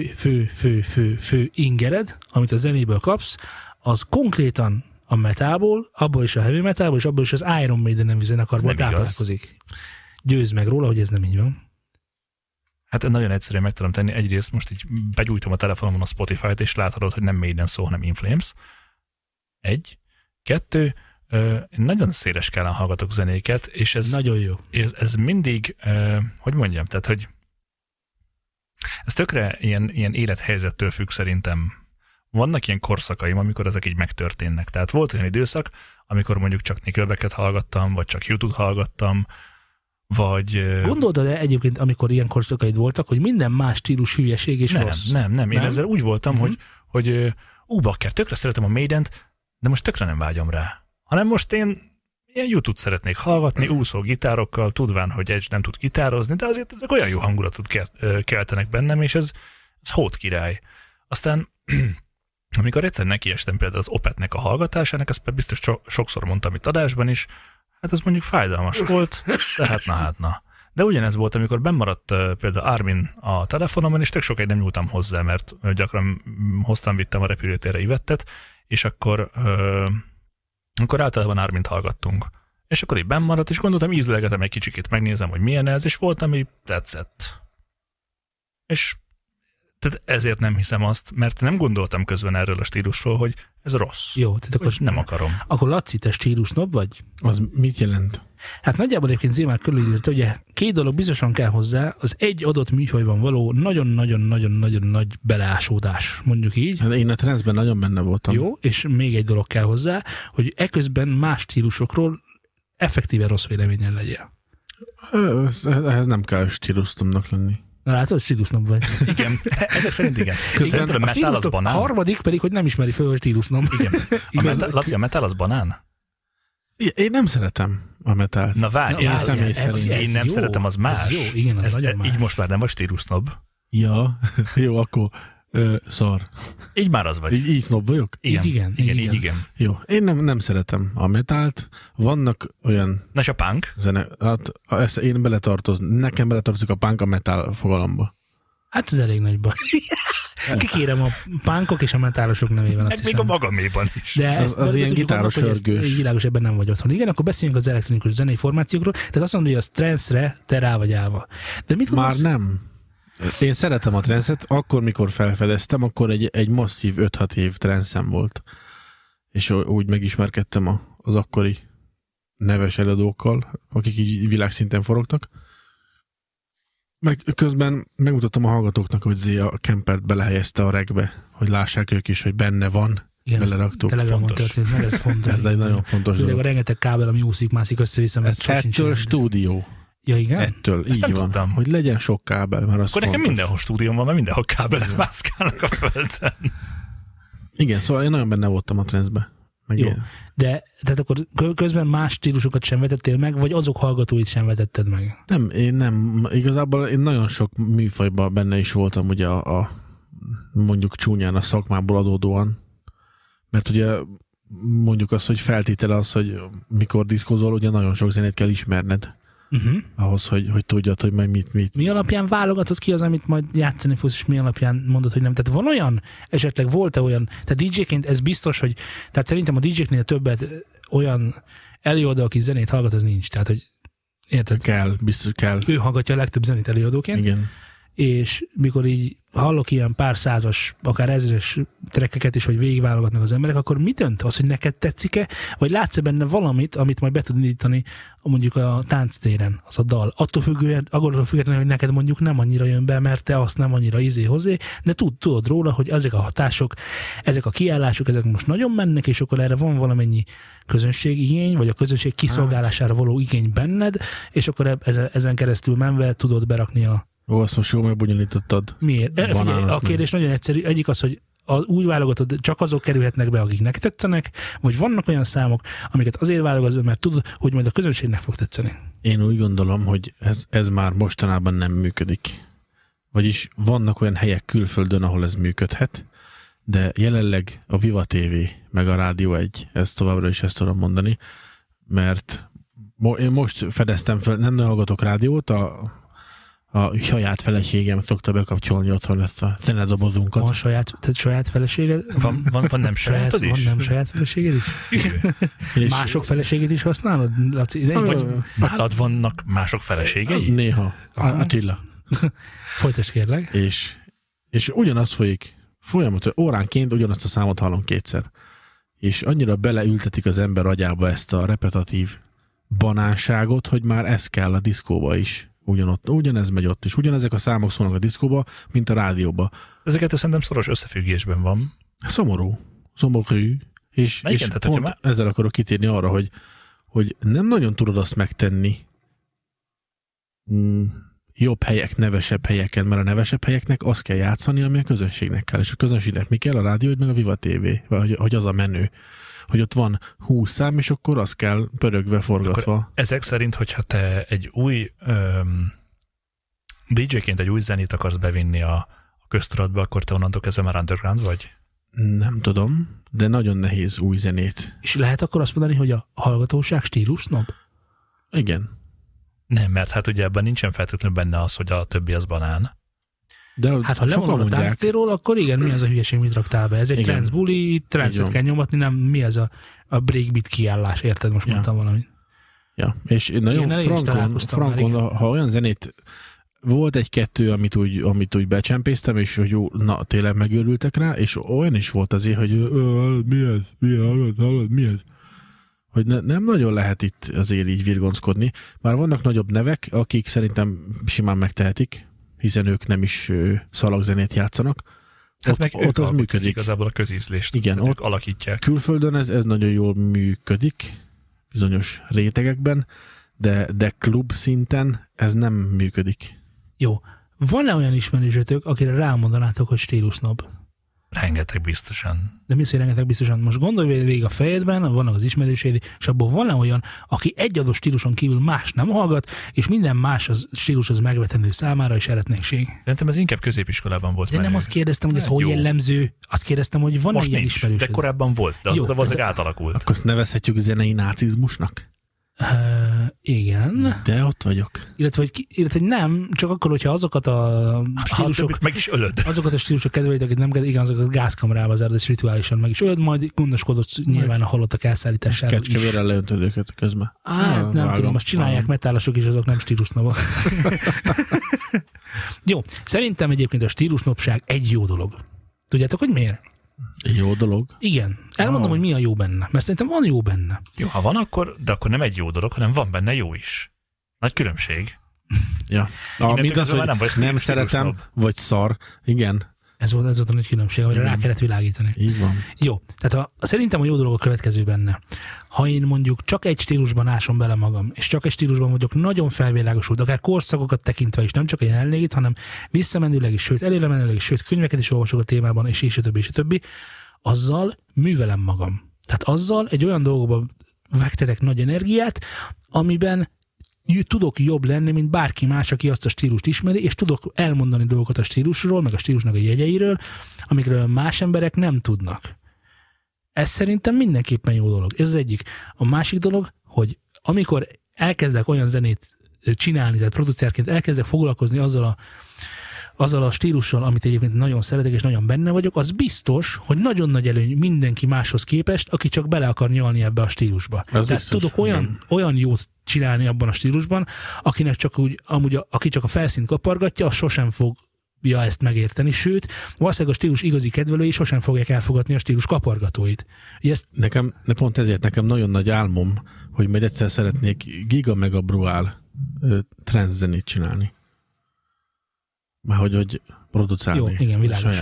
fő ingered, amit a zenéből kapsz, az konkrétan a metalból, abból is a heavy metalból, és abból is az Iron Maiden nevű zenekarból táplálkozik. Győzd meg róla, hogy ez nem így van. Hát nagyon egyszerűen meg tudom tenni. Egyrészt most így begyújtom a telefonomon a Spotify-t, és láthatod, hogy nem Maiden szó, hanem In Flames. 1. 2. Nagyon széles skálán hallgatok zenéket, és ez... Nagyon jó. Ez mindig, hogy mondjam, tehát, hogy ez tökre ilyen élethelyzettől függ szerintem. Vannak ilyen korszakaim, amikor ezek így megtörténnek. Tehát volt olyan időszak, amikor mondjuk csak Nickelbacket hallgattam, vagy csak YouTube hallgattam, vagy... Gondoltad-e egyébként, amikor ilyen korszakaid voltak, hogy minden más stílus hülyeség és rossz? Nem. Én ezzel úgy voltam, hogy bakker, tökre szeretem a Maident, de most tökre nem vágyom rá. Hanem most én ilyen YouTube szeretnék hallgatni, úszó gitárokkal, tudván, hogy Edge nem tud gitározni, de azért ezek olyan jó hangulatot keltenek bennem, és ez hót király. Aztán, amikor egyszer nekiestem például az Opethnek a hallgatásának, ezt biztos sokszor mondtam itt adásban is, hát az mondjuk fájdalmas volt, de hát na. De ugyanez volt, amikor bennmaradt például Armin a telefonomon, és tök sokáig nem nyúltam hozzá, mert gyakran vittem a repülőtérre Ivettet, és akkor általában Armint hallgattunk. És akkor így bennmaradt, és gondoltam, ízlelgetem egy kicsikét, megnézem, hogy milyen ez, és volt, ami tetszett. És tehát ezért nem hiszem azt, mert nem gondoltam közben erről a stílusról, hogy ez rossz. Jó, tehát akkor nem akarom. Akkor Laci, te stílusnob vagy? Az mit jelent? Hát nagyjából egyébként Zémár körülírta, ugye 2 dolog biztosan kell hozzá, az egy adott műfajban való nagyon-nagyon-nagyon-nagyon nagy beleásódás, mondjuk így. Hát én a transzben nagyon benne voltam. Jó, és még egy dolog kell hozzá, hogy eközben más stílusokról effektíven rossz véleményen legyél. Ehhez nem kell stílusnomnak lenni. Na látod, stílusnob vagy. Igen, ezek szerint igen. Közben a metal az banán. A harmadik pedig, hogy nem ismeri föl, hogy stílusnob. Igen. Laci, a metal az banán? Én nem szeretem a metált. Na várj, személy szerint. Én nem szeretem, az más. Ez jó, igen, az nagyon más. Így most már nem vagy stílusnob. Ja, jó, akkor szar. Így már az vagy. Így snob vagyok? Igen. Jó, én nem szeretem a metált. Vannak olyan... Na és a punk? Hát ezt én nekem beletartozik a punk a metal fogalomba. Hát ez elég nagy baj. Kikérem a punkok és a metálosok nevében, azt hiszem. Még a magaméban is. De az ilyen gitáros hörgős. Világos, ebben nem vagy otthon. Igen, akkor beszéljünk az elektronikus zenei formációkról. Tehát azt mondod, hogy a trance-re te rá vagy állva. De mit már nem. Én szeretem a trance-et, akkor, mikor felfedeztem, akkor egy masszív 5-6 év trance-em volt. És úgy megismerkedtem az akkori neves előadókkal, akik így világszinten forogtak. Meg közben megmutattam a hallgatóknak, hogy Zia a Kempert belehelyezte a regbe, hogy lássák ők is, hogy benne van. Igen, beleraktuk. Telegramon történt meg, ez fontos. Ez egy nagyon fontos dolog. A rengeteg kábel, ami úszik-mászik össze-vissza, mert ettől stúdió. Ja, igen? Ettől, így van. Tudtam. Hogy legyen sok kábel, mert az akkor nekem mindenhol stúdióm van, mert mindenhol kábelek mászkálnak a földön. Igen, szóval én nagyon benne voltam a trance-be. Jó, de tehát akkor közben más stílusokat sem vetettél meg, vagy azok hallgatóit sem vetetted meg? Nem. Igazából én nagyon sok műfajban benne is voltam, ugye mondjuk csúnyán a szakmából adódóan. Mert ugye mondjuk azt, hogy feltétele az, hogy mikor diszkozol, ugye nagyon sok zenét kell ismerned. Ahhoz, hogy tudjad, hogy majd mit. Mi alapján válogatod ki az, amit majd játszani fogsz, és mi alapján mondod, hogy nem? Tehát van olyan, esetleg volt-e olyan, tehát DJ-ként ez biztos, hogy, tehát szerintem a DJ-knél többet olyan előadó, aki zenét hallgat, az nincs. Tehát, hogy érted? Biztos kell. Ő hallgatja a legtöbb zenét előadóként. Igen. És mikor így hallok ilyen pár százas, akár ezres trekkeket is, hogy végigválogatnak az emberek, akkor mi dönt az, hogy neked tetszik-e, vagy látsz-e benne valamit, amit majd be tud indítani mondjuk a tánctéren, az a dal. Attól függetlenül, hogy neked mondjuk nem annyira jön be, mert te azt nem annyira hozzá, de tudod róla, hogy ezek a hatások, ezek a kiállások, ezek most nagyon mennek, és akkor erre van valamennyi közönségigény, vagy a közönség kiszolgálására való igény benned, és akkor ezen keresztül menve tudod berakni a... Ó, azt most jól megbonyolítottad. Miért? Figyelj, a kérdés nagyon egyszerű. Egyik az, hogy úgy válogatod, csak azok kerülhetnek be, akik neked tetszenek, vagy vannak olyan számok, amiket azért válogatod, mert tudod, hogy majd a közönségnek fog tetszeni. Én úgy gondolom, hogy ez már mostanában nem működik. Vagyis vannak olyan helyek külföldön, ahol ez működhet, de jelenleg a Viva TV, meg a Rádió 1, ezt továbbra is ezt tudom mondani, mert én most fedeztem fel, nem hallgatok rádiót, a saját feleségem szokta bekapcsolni otthon ezt a zenedobozunkat. Van saját feleséged? Van nem sajátod is? Van nem saját feleséged is? Mások feleségét is használod, Laci? Nálad vannak mások feleségei? Néha. Attila. Folytasd kérlek. És ugyanaz folyik. Folyamatosan, óránként ugyanazt a számot hallom kétszer. És annyira beleültetik az ember agyába ezt a repetitív banánságot, hogy már ez kell a diszkóba is. Ugyanez megy ott is. Ugyanezek a számok szólnak a diszkóba, mint a rádióba. Ezeket szerintem szoros összefüggésben van. Szomorú. És pont ezzel akarok kitérni arra, hogy nem nagyon tudod azt megtenni jobb helyek, nevesebb helyeken, mert a nevesebb helyeknek azt kell játszani, ami a közönségnek kell. És a közönségnek mi kell? A rádió, meg a Viva TV, vagy hogy az a menő. Hogy ott van 20 szám, és akkor azt kell pörögve, forgatva. Akkor ezek szerint, hogyha te egy új DJ-ként egy új zenét akarsz bevinni a köztudatba, akkor te onnantól kezdve már underground vagy? Nem tudom, de nagyon nehéz új zenét. És lehet akkor azt mondani, hogy a hallgatóság stílusnob? Igen. Nem, mert hát ugye ebben nincsen feltétlenül benne az, hogy a többi az banán. De hát ha lemondom a tánctéről, akkor igen, mi az a hülyeség, mit raktál be? Ez egy trance buli, trance-et kell nyomatni, nem mi ez a breakbeat kiállás, érted? Most mondtam valamit. Ja, és nagyon frankon, ha olyan zenét volt egy-kettő, amit úgy becsempésztem, és hogy jó, na tényleg megőrültek rá, és olyan is volt azért, hogy mi ez? Mi ez? Hogy nem nagyon lehet itt azért így virgonckodni. Már vannak nagyobb nevek, akik szerintem simán megtehetik, hiszen ők nem is szalagzenét játszanak. Tehát meg ott az működik. Igazából a közízlést. Igen, ott alakítják. Külföldön ez nagyon jól működik, bizonyos rétegekben, de klub szinten ez nem működik. Jó. Van-e olyan ismerősötök, akire rámondanátok, hogy stílusnob? Rengeteg biztosan. De mi az, hogy rengeteg biztosan? Most gondolj végig a fejedben, vannak az ismerőseid, és abból van-e olyan, aki egy adott stíluson kívül más nem hallgat, és minden más az stílus az megvetendő számára, és eretnekség? Szerintem ez inkább középiskolában volt. De nem azt kérdeztem, hogy ez hol jellemző, azt kérdeztem, hogy van-e ilyen ismerősöd? De korábban volt, de azóta valószínűleg átalakult. Akkor azt nevezhetjük zenei nácizmusnak? Igen. De ott vagyok. Illetve nem, csak akkor, hogyha azokat a stílusok... meg is ölöd. Azokat a stílusok kedvelőit, akik nem kedvelik, igen, azokat gázkamrába zárd, és rituálisan meg is ölöd, majd gondoskodott nyilván a halottak elszállításáról is. Kecskevérrel leöntöd őket közben. Nem tudom, azt csinálják metálosok is, azok nem stílusnobok. Jó, szerintem egyébként a stílusnobság egy jó dolog. Tudjátok, hogy miért? Jó dolog? Igen. Elmondom, hogy mi a jó benne. Mert szerintem van jó benne. Jó, ha van, de akkor nem egy jó dolog, hanem van benne jó is. Nagy különbség. Ja. Mint az, hogy nem szeretem, vagy szar. Igen. Ez volt a nagy különbség, amire rá kellett világítani. Így van. Jó. Tehát szerintem a jó dolog a következő benne. Ha én mondjuk csak egy stílusban ásom bele magam, és csak egy stílusban vagyok nagyon felvilágosult, akár korszakokat tekintve is, nem csak a jelenlégit, hanem visszamenőleg is, sőt előre menőleg is, sőt könyveket is olvasok a témában, és a többi, azzal művelem magam. Tehát azzal egy olyan dolgokban vektetek nagy energiát, amiben tudok jobb lenni, mint bárki más, aki azt a stílust ismeri, és tudok elmondani dolgokat a stílusról, meg a stílusnak a jegyeiről, amikről más emberek nem tudnak. Ez szerintem mindenképpen jó dolog. Ez az egyik. A másik dolog, hogy amikor elkezdek olyan zenét csinálni, tehát producerként elkezdek foglalkozni azzal a stílussal, amit egyébként nagyon szeretek, és nagyon benne vagyok, az biztos, hogy nagyon nagy előny mindenki máshoz képest, aki csak bele akar nyalni ebbe a stílusba. Tehát biztos, tudok olyan jót csinálni abban a stílusban, akinek csak aki csak a felszínt kapargatja, az sosem fogja ezt megérteni, sőt, valószínűleg a stílus igazi kedvelői sosem fogják elfogadni a stílus kapargatóit. Pont ezért nekem nagyon nagy álmom, hogy majd egyszer szeretnék giga mega bruál trance zenét csinálni. Már hogy producálni. Jó, igen, világos.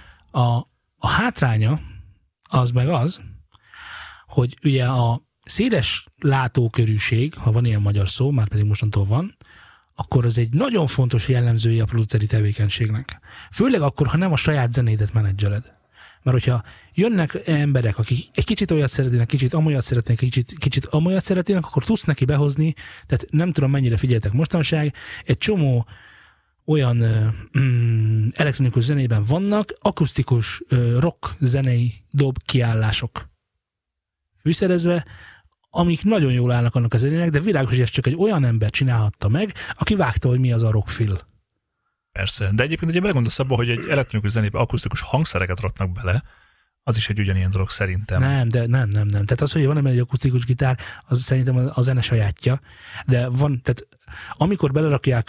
A hátránya az meg az, hogy ugye a széles látókörűség, ha van ilyen magyar szó, már pedig mostantól van, akkor az egy nagyon fontos jellemzője a produceri tevékenységnek. Főleg akkor, ha nem a saját zenédet menedzseled. Mert hogyha jönnek emberek, akik egy kicsit olyat szeretnének, kicsit amolyat szeretnének, kicsit amolyat szeretnének, akkor tudsz neki behozni, tehát nem tudom mennyire figyeltek mostanság, egy csomó olyan elektronikus zenében vannak akusztikus rock zenei dob kiállások fűszerezve, amik nagyon jól állnak annak a zenének, de világos, hogy ezt csak egy olyan ember csinálhatta meg, aki vágta, hogy mi az a rockfill. Persze, de egyébként ugye belegondolsz abba, hogy egy elektronikus zenébe akusztikus hangszereket raknak bele, az is egy ugyanilyen dolog szerintem. Nem. Tehát az, hogy van egy akusztikus gitár, az szerintem a zene sajátja, de van, tehát amikor belerakják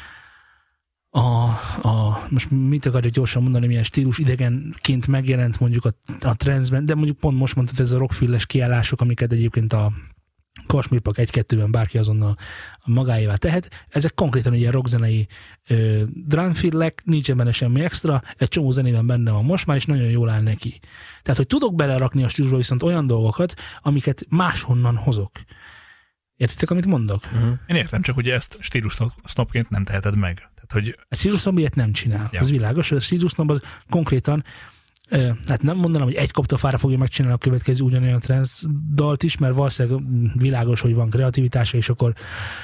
most mit akarjuk gyorsan mondani, milyen stílus idegenként megjelent mondjuk a transzben, de mondjuk pont most mondtad, ez a rockfilles kiállások, amiket egyébként a Kasmírpak 1-2-ben bárki azonnal magáévá tehet. Ezek konkrétan ugye rockzenei drumfillek, nincs benne semmi extra, egy csomó zenében benne van most már, és nagyon jól áll neki. Tehát, hogy tudok belerakni a stílusba viszont olyan dolgokat, amiket máshonnan hozok. Értitek, amit mondok? Én értem, csak ugye ezt stílusnopként nem teheted meg. Tehát, hogy... A stílusnob ilyet nem csinál. Ja. Az világos, hogy a stílusnob az konkrétan hát nem mondanám, hogy egy koptafára fogja megcsinálni a következő ugyanolyan trance dalt is, mert valószínűleg világos, hogy van kreativitása, és akkor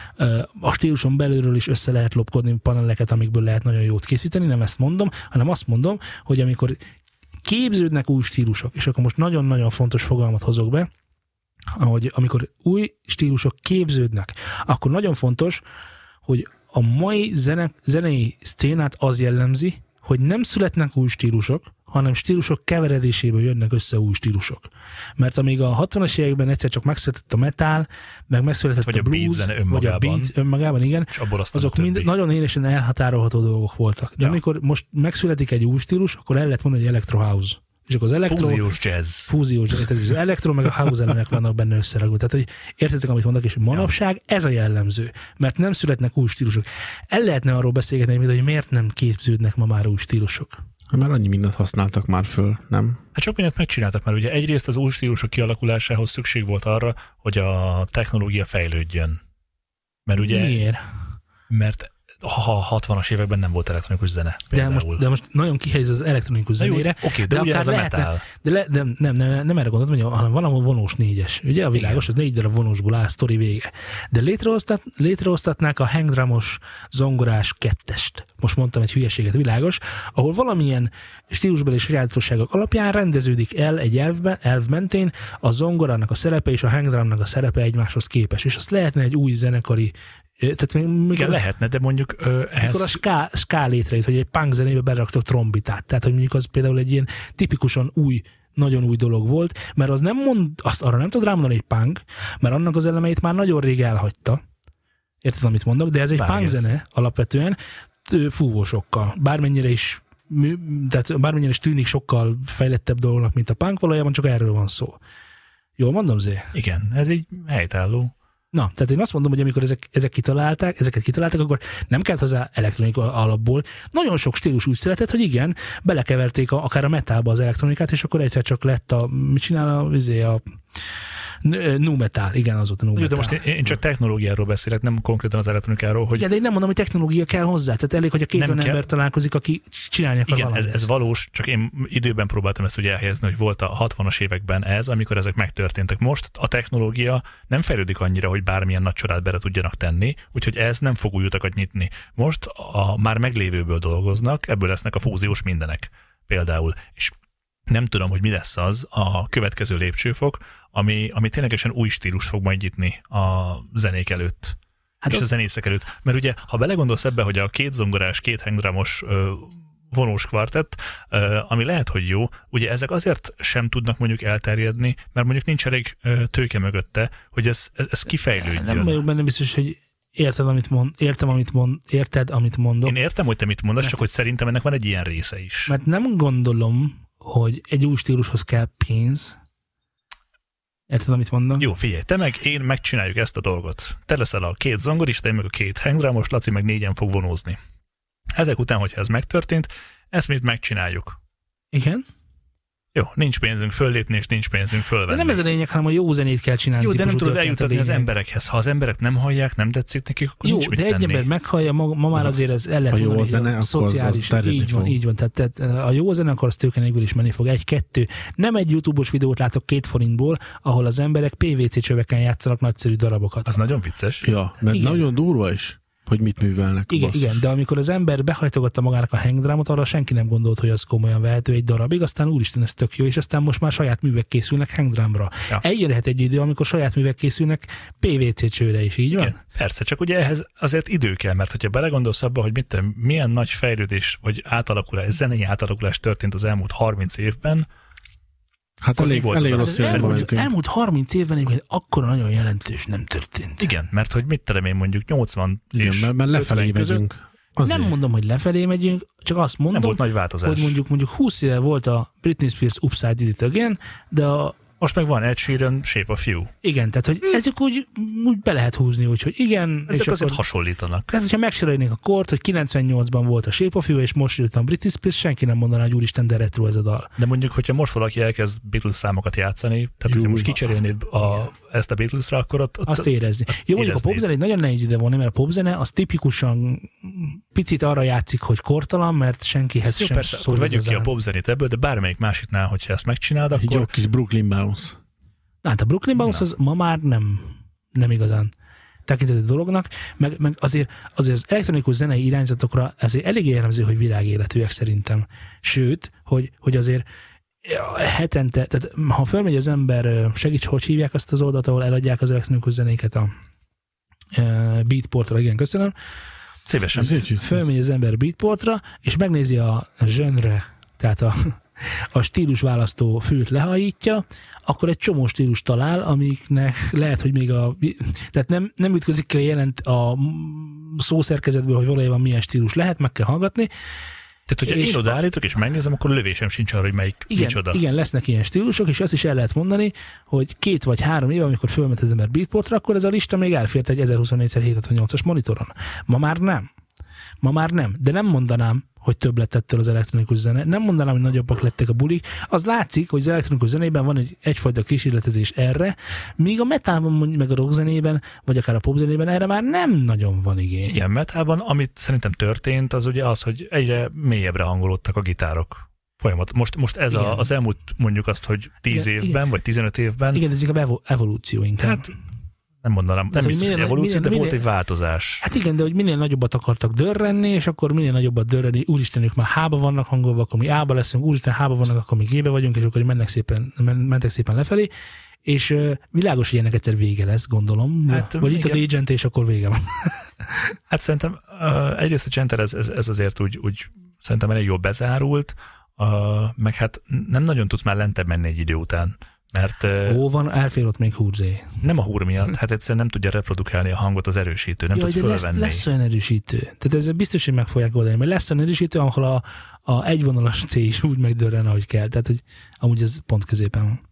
a stíluson belülről is össze lehet lopkodni paneleket, amikből lehet nagyon jót készíteni, nem ezt mondom, hanem azt mondom, hogy amikor képződnek új stílusok, és akkor most nagyon-nagyon fontos fogalmat hozok be, hogy amikor új stílusok képződnek, akkor nagyon fontos, hogy a mai zenei szcénát az jellemzi, hogy nem születnek új stílusok, hanem stílusok keveredéséből jönnek össze új stílusok. Mert amíg a 60-as években egyszer csak megszületett a metal, meg megszületett vagy a blues, vagy a beat önmagában, igen, azok mind nagyon élesen elhatárolható dolgok voltak. De amikor most megszületik egy új stílus, akkor el lehet mondani, hogy electro house. És akkor az fúziós jazz. Tehát az elektro meg a house elemek vannak benne összerakva. Tehát, hogy értetek, amit mondok, és manapság ez a jellemző, mert nem születnek új stílusok. El lehetne arról beszélgetni, hogy miért nem képződnek ma már új stílusok. Mert annyi mindent használtak már föl, nem? Hát sok mindent megcsináltak, mert ugye egyrészt az új stílusok kialakulásához szükség volt arra, hogy a technológia fejlődjön. Mert ugye... Miért? Mert a 60-as években nem volt elektronikus zene. De most nagyon kihelyez az elektronikus zenére. Oké, de ugye ez a metal. Nem erre gondoltam, hanem valahol vonós 4-es. Ugye a világos, az 4 darab vonósból áll, sztori vége. De létrehoztatnák a hangdrumos zongorás 2-est. Most mondtam egy hülyeséget, világos, ahol valamilyen stílusbeli sajátosságok alapján rendeződik el egy elv mentén a zongorának a szerepe és a hangdrumnak a szerepe egymáshoz képes. És azt lehetne egy új zenekari. Tehát igen, lehetne, de mondjuk ehhez... Mikor a ska létrejött, hogy egy punk zenébe beraktak trombitát, tehát hogy mondjuk az például egy ilyen tipikusan új, nagyon új dolog volt, mert az nem arra nem tud rámondani egy punk, mert annak az elemeit már nagyon rég elhagyta. Érted, amit mondok? De ez egy punk zene alapvetően fúvósokkal. Bármennyire is tűnik sokkal fejlettebb dolognak, mint a punk, valójában csak erről van szó. Jól mondom, Zé? Igen, ez így helytálló. Na, tehát én azt mondom, hogy amikor ezeket kitalálták, akkor nem kellett hozzá elektronika alapból. Nagyon sok stílus úgy született, hogy igen, belekeverték akár a metalba az elektronikát, és akkor egyszer csak lett mit csinál a nu metal, igen, az volt a nu metal. De most én csak technológiáról beszélek, nem konkrétan az elektronikáról. Hogy... Igen, de én nem mondom, hogy technológia kell hozzá. Tehát elég, hogy a két ember találkozik, aki csinálni akar valamit. Igen, ez valós, csak én időben próbáltam ezt ugye elhelyezni, hogy volt a 60-as években ez, amikor ezek megtörténtek. Most a technológia nem fejlődik annyira, hogy bármilyen nagy csodát bele tudjanak tenni, úgyhogy ez nem fog új utakat nyitni. Most a már meglévőből dolgoznak, ebből lesznek a fúziós mindenek például. És nem tudom, hogy mi lesz az a következő lépcsőfok, ami ténylegesen új stílus fog majd nyitni a zenék előtt. Hát és a zenészek előtt. Mert ugye, ha belegondolsz ebbe, hogy a két zongorás, két hangdrumos vonós kvartett, ami lehet, hogy jó, ugye ezek azért sem tudnak mondjuk elterjedni, mert mondjuk nincs elég tőke mögötte, hogy ez kifejlődjön. Nem vagyok benne biztos, hogy érted, amit mondok. Én értem, hogy te mit mondasz, csak hogy szerintem ennek van egy ilyen része is. Mert nem gondolom, hogy egy új stílushoz kell pénz. Érted, amit mondom? Jó, figyelj, te meg én megcsináljuk ezt a dolgot. Te leszel a két zongorista, én meg a két hangdrumos, Laci meg 4-en fog vonózni. Ezek után, hogyha ez megtörtént, ezt mit megcsináljuk? Igen? Jó, nincs pénzünk föllépni, és nincs pénzünk fölvenni. De nem ez a lényeg, hanem a jó zenét kell csinálni. Jó, de nem tudod eljutatni az emberekhez. Ha az emberek nem hallják, nem tetszik nekik, akkor jó, nincs mit de egy ember meghallja, ma már azért ez el lehet mondani, zene, a szociális. Így van. Tehát a jó zene, akkor az tőke nélkül is menni fog. 1-2. Nem egy YouTube-os videót látok 2 forintból, ahol az emberek PVC csöveken játszanak nagyszerű darabokat. Az nagyon vicces. Ja, mert igen. Nagyon durva is. hogy mit művelnek. Igen, de amikor az ember behajtogatta magának a hangdrámot, arra senki nem gondolt, hogy az komolyan vehető egy darabig, aztán úristen, ez tök jó, és aztán most már saját művek készülnek hangdrámra. Ja. Eljönhet egy idő, amikor saját művek készülnek PVC csőre is, így van? Igen, persze, csak ugye ehhez azért idő kell, mert hogyha belegondolsz abba, hogy milyen nagy fejlődés, vagy átalakulás, zenei átalakulás történt az elmúlt 30 évben, hát elég rossz elmúlt 30 évben egyébként akkora nagyon jelentős nem történt. Igen, mert hogy mit terem én mondjuk 80 igen, és mert lefelé megyünk. Azért. Nem mondom, hogy lefelé megyünk, csak azt mondom, nem volt nagy változás. Hogy mondjuk 20 éve volt a Britney Spears Upside Did It Again, de most meg van Ed Sheeran Shape of You. Igen, tehát hogy ezek úgy be lehet húzni, úgyhogy igen. Ezek azért hasonlítanak. Tehát, hogyha megsorolnék a kort, hogy 98-ban volt a Shape of You, és most jött a Britney Spears, senki nem mondaná, hogy úristen, de retro ez a dal. De mondjuk, hogyha most valaki elkezd Beatles számokat játszani, tehát hogyha most kicserélnéd ezt a Beatlesra, akkor ott azt érezni. Jó, mondjuk a popzenét nagyon nehéz ide vonni, mert a popzene az tipikusan picit arra játszik, hogy kortalan, mert senkihez jó, sem persze, akkor vegyük ki a popzenét ebből, de bármelyik másiknál, hogyha ezt megcsinálod, akkor... Egy jó kis Brooklyn Bounce. Hát a Brooklyn Bounce az ma már nem igazán tekintető dolognak, meg azért az elektronikus zenei irányzatokra ezért elég jellemző, hogy virágéletűek szerintem. Sőt, hogy azért hetente, tehát ha felmegy az ember, segíts, hogy hívják azt az oldalt, ahol eladják az elektronikus zenéket a Beatportra, igen, köszönöm. Szívesen. Felmegy az ember Beatportra, és megnézi a zsönre, tehát a stílusválasztó fült lehajítja, akkor egy csomó stílus talál, amiknek lehet, hogy még tehát nem ütközik ki a szószerkezetből, hogy valójában milyen stílus lehet, meg kell hallgatni. Tehát, hogyha én odaállítok és megnézem, akkor lövésem sincs arra, hogy melyik micsoda. Igen, lesznek ilyen stílusok, és azt is el lehet mondani, hogy 2 vagy 3 éve, amikor fölment az ember Beatportra, akkor ez a lista még elfért egy 1024x768-as monitoron. Ma már nem, de nem mondanám, hogy több lett ettől az elektronikus zene. Nem mondanám, hogy nagyobbak lettek a bulik. Az látszik, hogy az elektronikus zenében van egyfajta kísérletezés erre, míg a metalban, meg a rock zenében, vagy akár a pop zenében erre már nem nagyon van igény. Igen, metalban, amit szerintem történt, az ugye az, hogy egyre mélyebbre hangolódtak a gitárok. Folyamat. Most ez az elmúlt, mondjuk azt, hogy 10 évben, vagy 15 évben. Igen, ez inkább evolúció inkább. Hát, nem mondanám, nem biztos, hogy evolúció, de volt egy változás. Hát igen, de hogy minél nagyobbat akartak dörrenni, és akkor minél nagyobbat dörrenni, úristen, ők már H-ba vannak hangolva, akkor mi A-ba leszünk, úristen, H-ba vannak, akkor mi G-be vagyunk, és akkor mentek szépen lefelé, és világos, hogy ennek egyszer vége lesz, gondolom. Hát, vagy itt a D-Gent, és akkor vége van. Hát szerintem egyrészt a Center ez azért úgy szerintem elég jól bezárult, meg hát nem nagyon tudsz már lentebb menni egy idő után. Mert van, elfér ott még húrzé. Nem a húr miatt, hát egyszerűen nem tudja reprodukálni a hangot az erősítő, nem tudsz fölvenni. Lesz olyan erősítő. Tehát ez biztos, hogy meg fogják oldani, mert lesz olyan erősítő, ahol a egyvonalas C is úgy megdörren, ahogy kell. Tehát, hogy amúgy ez pont középen van.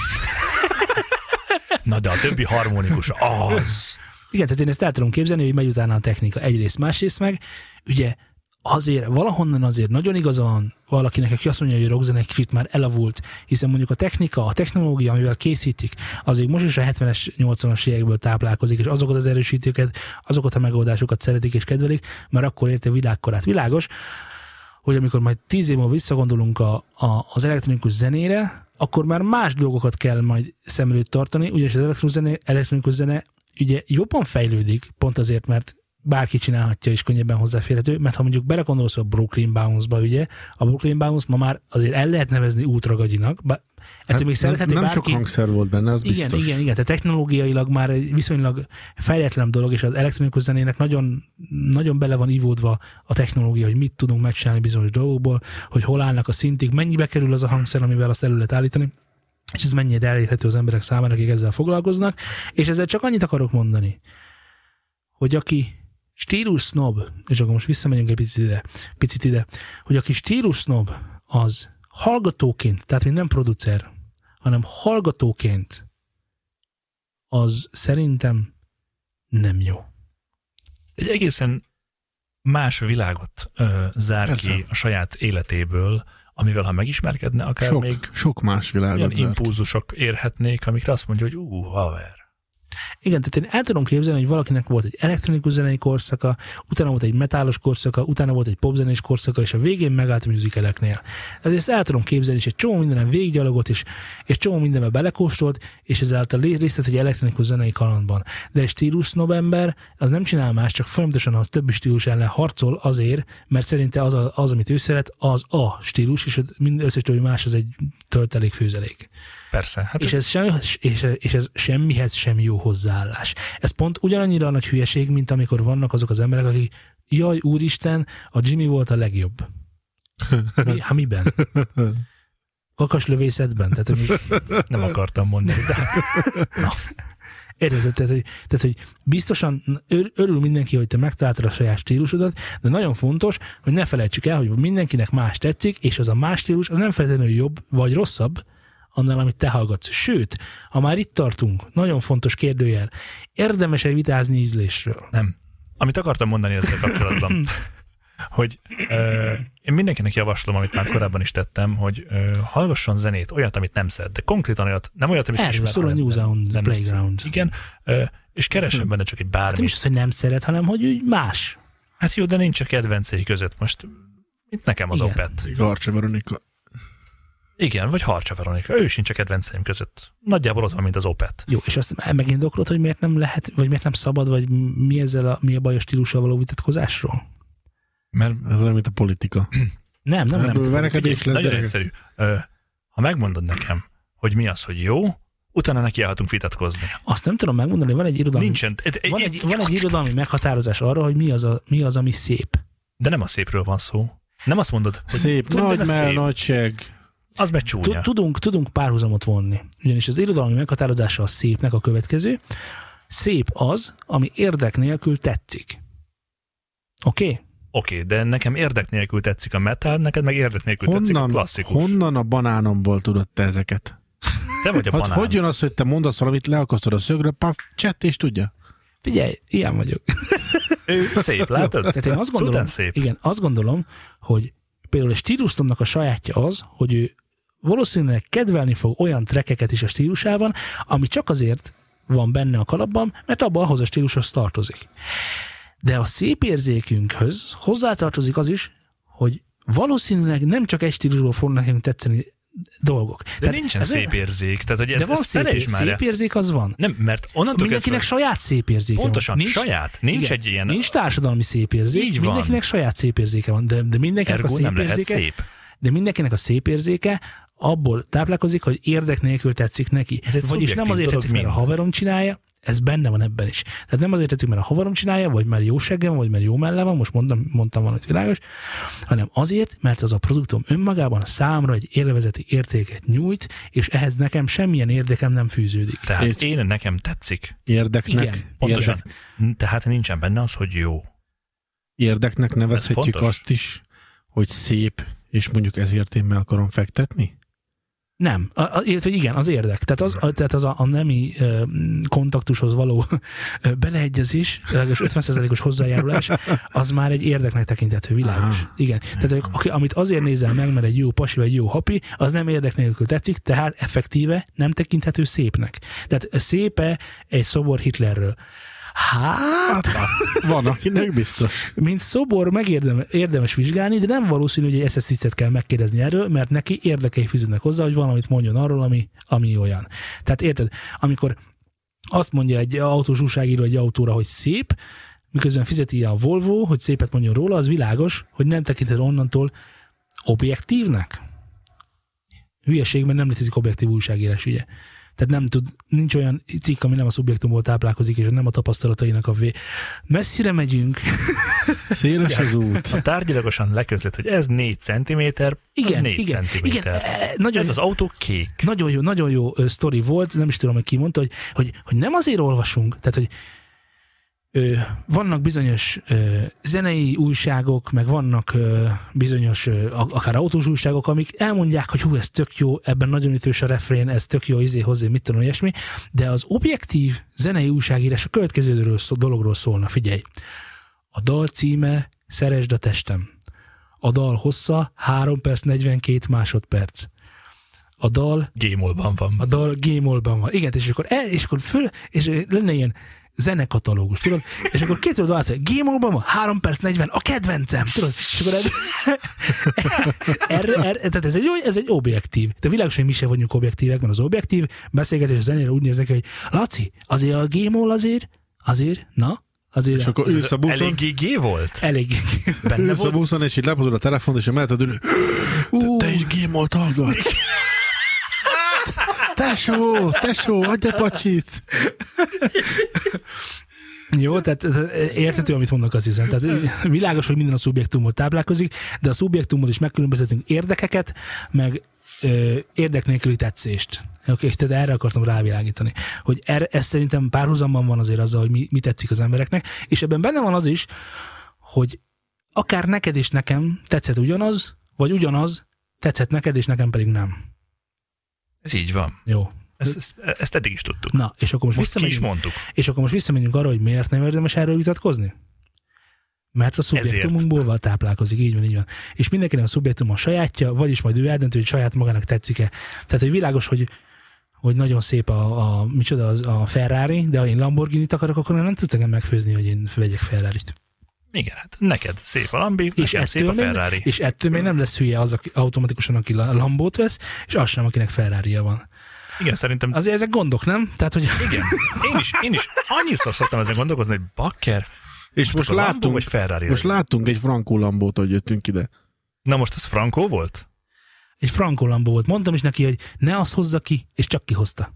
Na de a többi harmonikus az. Igen, tehát én ezt el tudom képzelni, hogy megy utána a technika egyrészt, másrészt meg, ugye azért, valahonnan azért nagyon igaza van valakinek, aki azt mondja, hogy a rockzene egy kicsit már elavult, hiszen mondjuk a technika, a technológia, amivel készítik, azért most is a 70-es, 80-as évekből táplálkozik, és azokat az erősítőket, azokat a megoldásokat szeretik és kedvelik, mert akkor érte a világkorát. Világos, hogy amikor majd 10 év múlva visszagondolunk az elektronikus zenére, akkor már más dolgokat kell majd szem előtt tartani, ugyanis az elektronikus zene ugye jobban fejlődik, pont azért, mert bárki csinálhatja és könnyebben hozzáférhető, mert ha mondjuk belegondolsz a Brooklyn Bounce-ba, ugye, a Brooklyn Bounce ma már azért el lehet nevezni ultragagyinak, hát még nem bárki... sok hangszer volt benne, az biztos. Igen, tehát technológiailag már egy viszonylag fejletlen dolog, és az elektronikus zenének nagyon, nagyon bele van ivódva a technológia, hogy mit tudunk megcsinálni bizonyos dolgokból, hogy hol állnak a szintig, mennyibe kerül az a hangszer, amivel azt elő lehet állítani, és ez mennyire elérhető az emberek számára, akik ezzel foglalkoznak, és ezzel csak annyit akarok mondani, hogy aki stílus snob, és akkor most visszamegyünk egy picit ide, hogy aki stílus snob, az hallgatóként, tehát még nem producer, hanem hallgatóként, az szerintem nem jó. Egy egészen más világot zár Persze. ki a saját életéből, amivel ha megismerkedne, akár még sok más világot olyan impulzusok érhetnék, amikre azt mondja, hogy haver. Igen, tehát én el tudom képzelni, hogy valakinek volt egy elektronikus zenei korszaka, utána volt egy metálos korszaka, utána volt egy popzenés korszaka, és a végén megállt a musicaleknél. Tehát ezt el tudom képzelni, és egy csomó mindenen végiggyalogot, és csomó mindenbe belekóstolt, és ezáltal részt vett egy elektronikus zenei kalandban. De egy stílusznob ember, az nem csinál más, csak folyamatosan a többi stílus ellen harcol azért, mert szerinte az, amit ő szeret, az a stílus, és minden összes többi más az egy töltelék, főzelék. Persze. Hát és ez semmihez sem jó hozzáállás. Ez pont ugyanannyira nagy hülyeség, mint amikor vannak azok az emberek, akik jaj, úristen, a Jimmy volt a legjobb. Miben? Kakaslövészetben? Tehát, nem akartam mondani. Érted? Tehát, hogy biztosan örül mindenki, hogy te megtaláltad a saját stílusodat, de nagyon fontos, hogy ne felejtsük el, hogy mindenkinek más tetszik, és az a más stílus az nem feltétlenül jobb vagy rosszabb, annál, amit te hallgatsz. Sőt, ha már itt tartunk, nagyon fontos kérdőjel, érdemes-e vitázni ízlésről? Nem. Amit akartam mondani ezzel kapcsolatban, hogy én mindenkinek javaslom, amit már korábban is tettem, hogy hallgasson zenét, olyat, amit nem szeret, de konkrétan olyat, nem olyat, amit ismer. Erről szól a News on the Playground. Igen, és keressen benne csak egy bármit. Nem is az, hogy nem szeret, hanem hogy úgy más. Hát jó, de nincs a kedvencei között. Most itt nekem az Opet. Harcsa Veronika. Igen, vagy Harcsa Veronika. Ő sincs a kedvenceim között. Nagyjából ott van, mint az Opet. Jó, és azt megindokolod, hogy miért nem lehet, vagy miért nem szabad, vagy mi a baj a stílussal való vitatkozásról? Mert ez olyan, mint a politika. Nem. Verekedés lesz, nagyon egyszerű. Ha megmondod nekem, hogy mi az, hogy jó, utána nekiállhatunk vitatkozni. Azt nem tudom megmondani, van egy irodalmi... Nincsen. Van egy irodalmi meghatározás arra, hogy mi az, ami szép. De nem a szépről van szó. Nem azt mondod, hogy szép, nagy mell, nagy seg. Az meg csúnya. Tudunk párhuzamot vonni. Ugyanis az irodalmi meghatározása a szépnek a következő. Szép az, ami érdek nélkül tetszik. Oké? Oké, de nekem érdek nélkül tetszik a metal, neked meg érdek nélkül tetszik a klasszikus. Honnan a banánomból tudod te ezeket? Te vagy a banán. Hogy jön az, hogy te mondasz valamit, leakasztod a szögre, paf, csett, és tudja? Figyelj, ilyen vagyok. Ő szép, látod? Tehát én azt gondolom, szép. Igen, azt gondolom, hogy például a stílusomnak a sajátja az, hogy ő valószínűleg kedvelni fog olyan trekkeket is a stílusában, ami csak azért van benne a kalapban, mert abban ahhoz a stílushoz tartozik. De a szép érzékünkhöz hozzátartozik az is, hogy valószínűleg nem csak egy stílusból fognak nekünk tetszeni dolgok. De tehát nincsen szép érzék. Tehát, hogy de van szép érzék, az van. Nem, mert onnantól mindenkinek saját szép érzéke pontosan, van. Saját. Nincs igen, egy ilyen... Nincs társadalmi szép érzék. Így mindenkinek saját szép érzéke van. De mindenkinek ergo a szép nem érzéke... lehet szép. De mindenkinek a szép érzéke abból táplálkozik, hogy érdek nélkül tetszik neki. Vagyis nem azért tetszik, mert a haverom csinálja, ez benne van ebben is. Tehát nem azért tetszik, mert a haverom csinálja, vagy mert jó segge van, vagy mert jó melle van, most mondtam valamit világos, hanem azért, mert az a produktum önmagában számra egy élvezeti értéket nyújt, és ehhez nekem semmilyen érdekem nem fűződik. Tehát nekem tetszik. Érdeknek. Igen. Pontosan. Tehát nincsen benne az, hogy jó. Érdeknek nevezhetjük azt is, hogy szép, és mondjuk ezért én meg akarom fektetni? Nem. Illetve igen, az érdek. Tehát az a nemi kontaktushoz való beleegyezés, legalábbis 50%-os hozzájárulás, az már egy érdeknek tekinthető, világos. Igen. Tehát amit azért nézel meg, mert egy jó pasi vagy jó hapi, az nem érdek nélkül tetszik, tehát effektíve nem tekinthető szépnek. Tehát szépe egy szobor Hitlerről. Hát, van, akinek biztos. Mint szobor érdemes vizsgálni, de nem valószínű, hogy egy SS-tisztet kell megkérdezni erről, mert neki érdekei fűződnek hozzá, hogy valamit mondjon arról, ami olyan. Tehát érted, amikor azt mondja egy autós újságíró egy autóra, hogy szép, miközben fizeti a Volvo, hogy szépet mondjon róla, az világos, hogy nem tekinthető onnantól objektívnek. Hülyeség, mert nem létezik objektív újságírás, ugye. Tehát nincs olyan cikk, ami nem a szubjektumból táplálkozik, és nem a tapasztalatainak a Messzire megyünk. Széles az út. A tárgyilagosan leközlött, hogy ez 4 centiméter, igen, az 4 centiméter. Ez az autó kék. Nagyon jó sztori volt, nem is tudom, hogy ki mondta, hogy nem azért olvasunk, tehát, hogy vannak bizonyos zenei újságok, meg vannak bizonyos akár autós újságok, amik elmondják, hogy hú, ez tök jó, ebben nagyon ütős a refrén, ez tök jó, hozzá, mit tudom, ilyesmi, de az objektív zenei újságírás a következő dologról szólna, figyelj. A dal címe Szeresd a testem. A dal hossza 3 perc 42 másodperc. a dal G-molban van. A dal G-molban van. Igen, és akkor és lenne ilyen zenekatalógus, tudod? És akkor két oldal azt G-molban van, 3 perc 40, a kedvencem, tudod? És akkor tehát ez egy objektív. De világos, hogy mi sem vagyunk objektívek, mert az objektív beszélgetés a zenére úgy néznek, hogy Laci, azért a G-mol azért, azért... És akkor ülsz a buszon. Eléggé G volt? Eléggé. Ülsz a buszon, és így lepozod a telefont, és a melletted ülő. Te is G-molt hallgatsz. Tesó, adj a pacsit! Jó, tehát érthető, amit mondok, azt hiszem. Tehát világos, hogy minden a szubjektumból táplálkozik, de a szubjektumból is megkülönböztetünk érdekeket, meg érdek nélküli tetszést. Oké, tehát erre akartam rávilágítani. Hogy ez szerintem párhuzamban van azért azzal, hogy mi tetszik az embereknek, és ebben benne van az is, hogy akár neked és nekem tetszett ugyanaz, vagy ugyanaz tetszett neked, és nekem pedig nem. Ez így van. Jó. Ezt eddig is tudtuk. Na, és akkor most ki is mondtuk. És akkor most visszamegyünk arra, hogy miért nem érdemes erről vitatkozni? Mert a szubjektumunkból táplálkozik, így van. És mindenkinek a szubjektum a sajátja, vagyis majd ő eldöntő, hogy saját magának tetszik-e. Tehát, hogy világos, hogy nagyon szép a Ferrari, de ha én Lamborghini-t akarok, akkor nem tudsz engem megfőzni, hogy én vegyek Ferrarit. Igen, hát neked szép a Lambi, nekem szép a Ferrari. És ettől még nem lesz hülye az, aki automatikusan, aki Lambót vesz, és az sem, akinek Ferrarija van. Igen, szerintem... Azért ezek gondok, nem? Tehát, hogy... Igen, én is annyiszor szoktam ezen gondolkozni, hogy bakker, és most láttunk egy Franco Lambót, hogy jöttünk ide. Na most ez Franco volt? Egy Franco Lambó volt. Mondtam is neki, hogy ne azt hozza ki, és csak kihozta.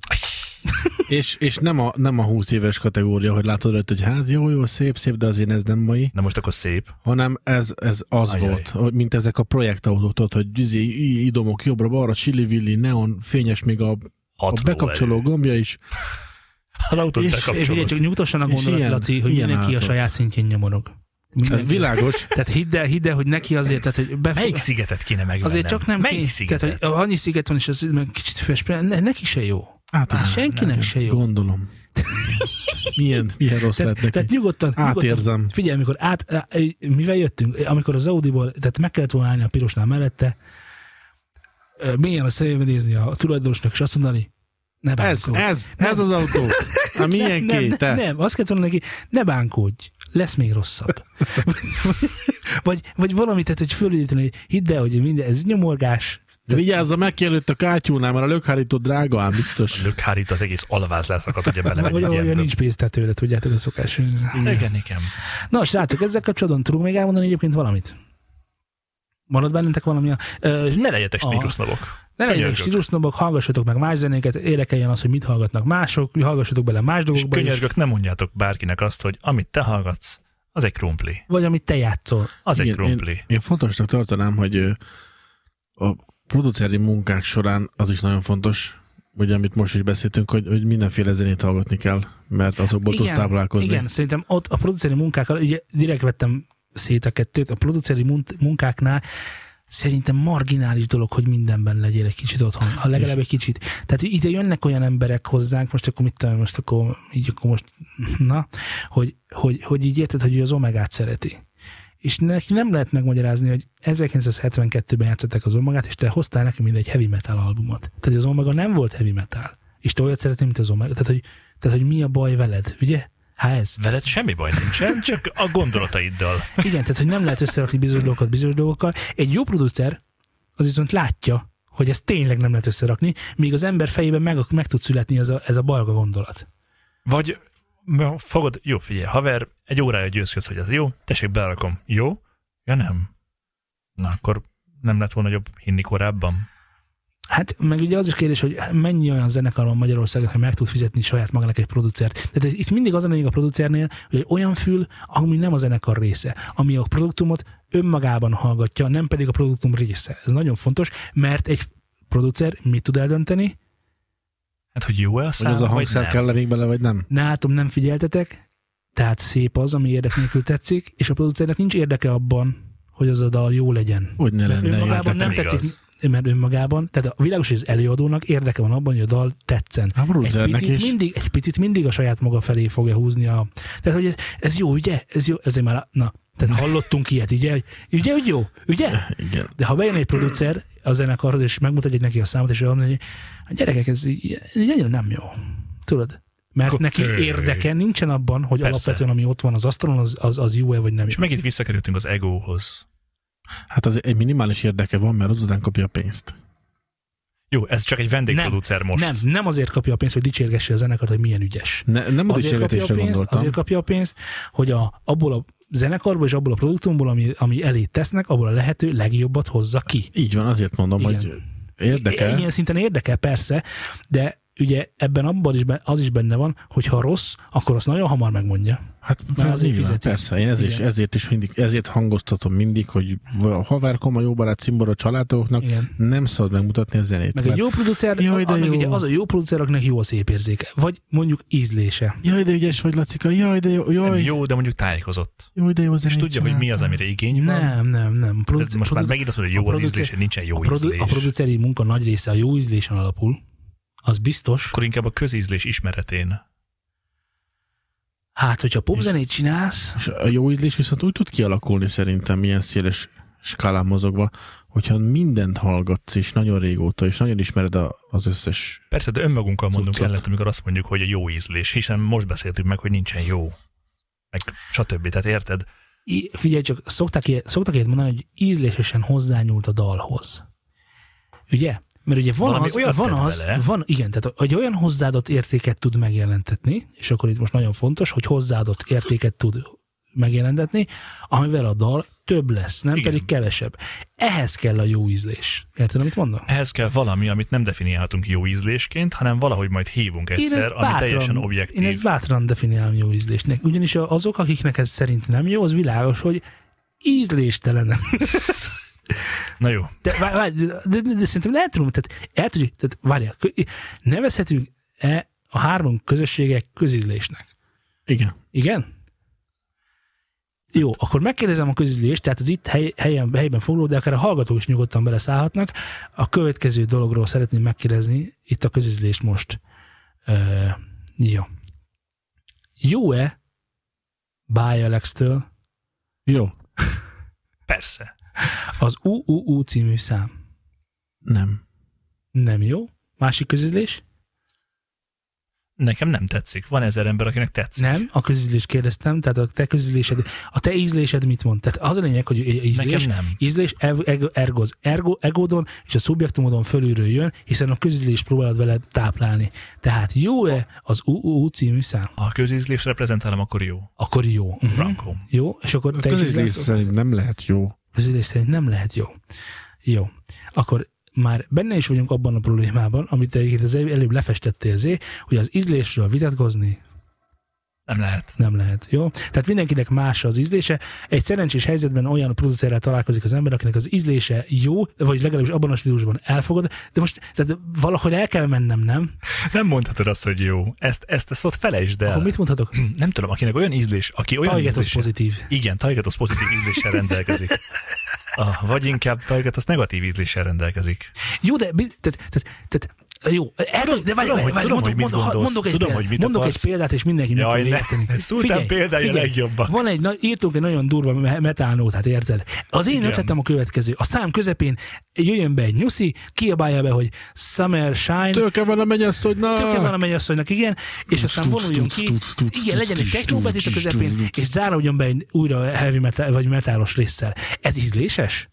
és nem a 20 éves kategória, hogy látod rajta, hogy hát jó, szép, de azért ez nem mai. Na most akkor szép. Hanem ez az volt, mint ezek a projektautók, hogy idomok jobbra-balra, chili-villi, neon, fényes, még a bekapcsoló gombja is. Az autót bekapcsolod. És csak nyugtasson a gondolat, Laci, hogy mindenki a saját szintjén nyomorog. Ez világos. Tehát hidd el, hogy neki azért... Tehát, hogy melyik szigetet kéne megvennem? Azért csak nem tehát, hogy annyi sziget van, és az kicsit füves, neki se jó. Senkinek se jó. Gondolom. Milyen rossz lett neki. Tehát nyugodtan. Átérzem. Figyelj, amikor mivel jöttünk, amikor az Audiból, tehát meg kellett volna állni a pirosnál mellette, mélyen a szemébe nézni a tulajdonosnak, és azt mondani, ne bánkódj. Ez az autó. Milyen nem, azt kellett volna neki, ne bánkódj, lesz még rosszabb. vagy valamit, tehát, hogy fölidíteni, hogy hidd el, hogy minden, ez nyomorgás. De vigyázz meg ki előtt a kátyúnál, mert a lökhárító drága ám, biztos. A lökhárító az egész alváz leszakadt, ugye belemegy. Vagy olyan nincs pénzte tőle, tudjátok, a szokás. Igen. Na, srácok, ezzel kapcsolatban tudunk még elmondani egyébként valamit? Marad bennetek valami? Ne legyetek stílusznobok. Ne legyetek stílusznobok, hallgassatok meg más zenéket, érdekeljen az, hogy mit hallgatnak mások, hallgassatok bele más dolgokba. És könyörgök, nem mondjátok bárkinek azt, hogy amit te hallgatsz, az egy krumpli. Vagy amit te játszol. Az egy krumpli. Én fontosnak tartanám, hogy a produceri munkák során az is nagyon fontos, ugye amit most is beszéltünk, hogy mindenféle zenét hallgatni kell, mert azokból tudsz táplálkozni. Igen, szerintem ott a produceri munkákkal, ugye direkt vettem szét a kettőt, a produceri munkáknál szerintem marginális dolog, hogy mindenben legyél egy kicsit otthon, ha legalább egy kicsit. Tehát ide jönnek olyan emberek hozzánk, hogy így érted, hogy az Omegát szereti. És neki nem lehet megmagyarázni, hogy 1972-ben játszották az Omegát, és te hoztál neki mindegy heavy metal albumot. Tehát az Omega nem volt heavy metal. És te olyat szeretnél, mint az Omega. Tehát, hogy mi a baj veled, ugye? Ez. Veled semmi baj nincsen, csak a gondolataiddal. Igen, tehát hogy nem lehet összerakni bizonyos dolgokkal. Egy jó producer az viszont látja, hogy ezt tényleg nem lehet összerakni, míg az ember fejében meg tud születni ez a balga gondolat. Vagy fogod, jó figyelj, haver, egy órája győzködsz, hogy ez jó, tessék, belerakom. Jó? Ja nem. Na, akkor nem lett volna jobb hinni korábban? Hát, meg ugye az is kérdés, hogy mennyi olyan zenekar van Magyarországon, hogy meg tud fizetni saját magának egy producert. Tehát itt mindig az a lényeg a producernél, hogy olyan fül, ami nem a zenekar része, ami a produktumot önmagában hallgatja, nem pedig a produktum része. Ez nagyon fontos, mert egy producer mit tud eldönteni? Hát, hogy jó-e a szám, vagy az a hangszer kell még bele, vagy nem? Nem figyeltetek, tehát szép az, ami érdek nélkül tetszik, és a producernek nincs érdeke abban, hogy az a dal jó legyen. Hogy ne lenne. Önmagában nem tetszik, mert önmagában, tehát a világos, hogy az előadónak érdeke van abban, hogy a dal tetszen. Egy picit mindig a saját maga felé fogja húzni tehát, hogy ez jó, ugye? Ez jó, ezért már, tehát hallottunk ilyet, ugye, hogy jó, ugye? Igen. De ha bejön egy producer a zenekarhoz, és megmutatja neki a számot, és ő mondja, hogy a gyerekek, ez ennyire nem jó. Tudod? Mert neki érdeke nincsen abban, hogy alapvetően, ami ott van az asztalon, az jó-e, vagy nem. És megint visszakerültünk az egóhoz. Hát az egy minimális érdeke van, mert azután kapja a pénzt. Jó, ez csak egy vendégproducer most. Nem azért kapja a pénzt, hogy dicsérgesse a zenekart, hogy milyen ügyes. Nem a dicsérgetésre gondoltam. Azért kapja a pénzt, hogy abból a zenekarból és abból a produktumból, ami elé tesznek, abból a lehető legjobbat hozza ki. Így van, azért mondom, igen. Hogy érdekel. Ilyen szinten érdekel, persze, de ugye abban az is benne van, hogy ha rossz, akkor azt nagyon hamar megmondja. Hát persze, én ezért hangoztatom mindig, hogy a haverkom, a jó barát cimbora családoknak nem szabad megmutatni a zenét. Meg egy jó producer, ugye az a jó producer, akinek jó a szép érzéke, vagy mondjuk ízlése. Jaj, de ügyes vagy, Lacika, jaj, de jó. Jaj. Jó, de mondjuk tájékozott. Jaj, de jó zenét. És tudja, hogy mi az, amire igény van? Nem. Most már megint azt mondja, hogy jó az ízlése, nincsen jó ízlés. A produceri munka nagy része a jó ízlésen alapul. Az biztos. Akkor inkább a közízlés ismeretén. Hát, hogyha popzenét csinálsz... És a jó ízlés viszont úgy tud kialakulni szerintem ilyen széles skálán mozogva, hogyha mindent hallgatsz, és nagyon régóta, és nagyon ismered az összes... Persze, de önmagunkkal mondunk ellent, amikor azt mondjuk, hogy a jó ízlés, hiszen most beszéltünk meg, hogy nincsen jó. Meg stb. Tehát érted? Figyelj csak, szoktak ilyet mondani, hogy ízlésesen hozzányúlt a dalhoz. Ugye? Mert ugye igen, tehát egy olyan hozzáadott értéket tud megjelentetni, és akkor itt most nagyon fontos, hogy hozzáadott értéket tud megjelentetni, amivel a dal több lesz, nem pedig kevesebb. Ehhez kell a jó ízlés. Érted, amit mondom? Ehhez kell valami, amit nem definiálhatunk jó ízlésként, hanem valahogy majd hívunk egyszer, ami teljesen objektív. Én ezt bátran definiálom jó ízlésnek. Ugyanis azok, akiknek ez szerint nem jó, az világos, hogy ízléstelen. Na jó. De szerintem lehet tudom, tehát várjál, nevezhetünk-e a három közösségek közízlésnek? Igen. Igen? Jó, akkor megkérdezem a közízlést, tehát az itt helyben foglaló, de akár a hallgatók is nyugodtan beleszállhatnak. A következő dologról szeretném megkérdezni itt a közízlést most. Jó. Jó-e By Alex-től? Jó. Persze. Az UUU című szám. Nem. Nem jó? Másik közízlés? Nekem nem tetszik. Van 1000 ember, akinek tetszik. Nem, a közízlést kérdeztem, tehát a te ízlésed mit mond? Tehát az a lényeg, hogy ízlés, nekem nem. Ízlés egódon és a szubjektumodon fölülről jön, hiszen a közízlést próbálod vele táplálni. Tehát jó-e az UUU című szám? Ha a közízlés reprezentálom, akkor jó. Akkor jó. Rankom. Jó, és akkor a közízlés szerint nem lehet jó. Közízlés szerint nem lehet jó. Jó. Akkor már benne is vagyunk abban a problémában, amit egyébként az előbb lefestettél hogy az ízlésről vitatkozni Nem lehet, jó? Tehát mindenkinek más az ízlése. Egy szerencsés helyzetben olyan producerrel találkozik az ember, akinek az ízlése jó, vagy legalábbis abban a stílusban elfogad, de most tehát valahogy el kell mennem, nem? Nem mondhatod azt, hogy jó. Ezt ott felejtsd el. Akkor mit mondhatok? Nem tudom, akinek olyan ízlés, aki olyan ízlése... pozitív. Igen, Tajgetosz pozitív ízléssel rendelkezik. Vagy inkább Tajgetosz negatív ízléssel rendelkezik. Jó, de jó, mondok egy példát, és mindenki meg tudja érteni. Szultán példája legjobban. Írtunk egy nagyon durva metálnótát, érted? Az én ötletem a következő. A szám közepén jöjjön be egy nyuszi, kiabálja be, hogy Summer Shine. Tőke van a mennyasszonynak. Igen, és aztán vonuljon ki. Igen, legyen egy technóbet itt a közepén, és záródjon be egy újra heavy metal, vagy metálos résszel. Ez ízléses?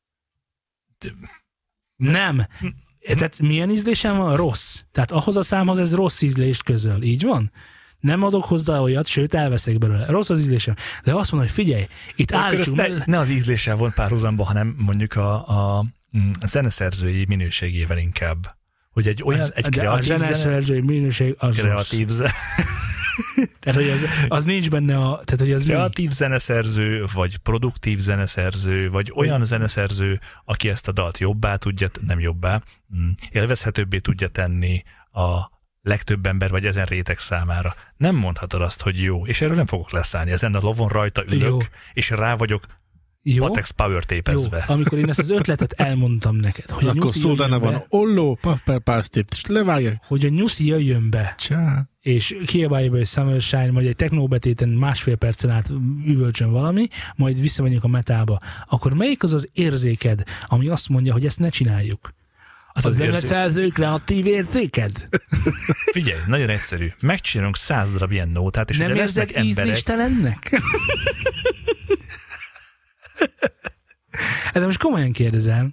Nem. Tehát milyen ízlésem van? Rossz. Tehát ahhoz a számhoz ez rossz ízlést közöl. Így van? Nem adok hozzá olyat, sőt elveszek belőle. Rossz az ízlésem. De azt mondom, hogy figyelj, itt állítsunk... Ne az ízléssel von párhuzamba, hanem mondjuk a zeneszerzői minőségével inkább. Hogy egy olyan... A zeneszerzői minőség az kreatív Tehát, hogy az nincs benne tehát, hogy az kreatív zeneszerző, vagy produktív zeneszerző, vagy olyan zeneszerző, aki ezt a dalt élvezhetőbbé tudja tenni a legtöbb ember, vagy ezen réteg számára. Nem mondhatod azt, hogy jó, és erről nem fogok leszállni. Ezen a lovon rajta ülök, és rá vagyok Latex power tépezve. Jó, amikor én ezt az ötletet elmondtam neked, hogy akkor Szuldána van, olló, pár levágják. Hogy a nyuszi jöjjön be, és kiabálja be egy Summer Shine, majd egy technóbetéten 1,5 percen át üvölcsön valami, majd visszamegyünk a metálba. Akkor melyik az az érzéked, ami azt mondja, hogy ezt ne csináljuk? Az benne szerző kreatív érzéked? Figyelj, nagyon egyszerű. Megcsinálunk 100 darab ilyen nótát, és nem érzed ízléstelennek? De most komolyan kérdezem.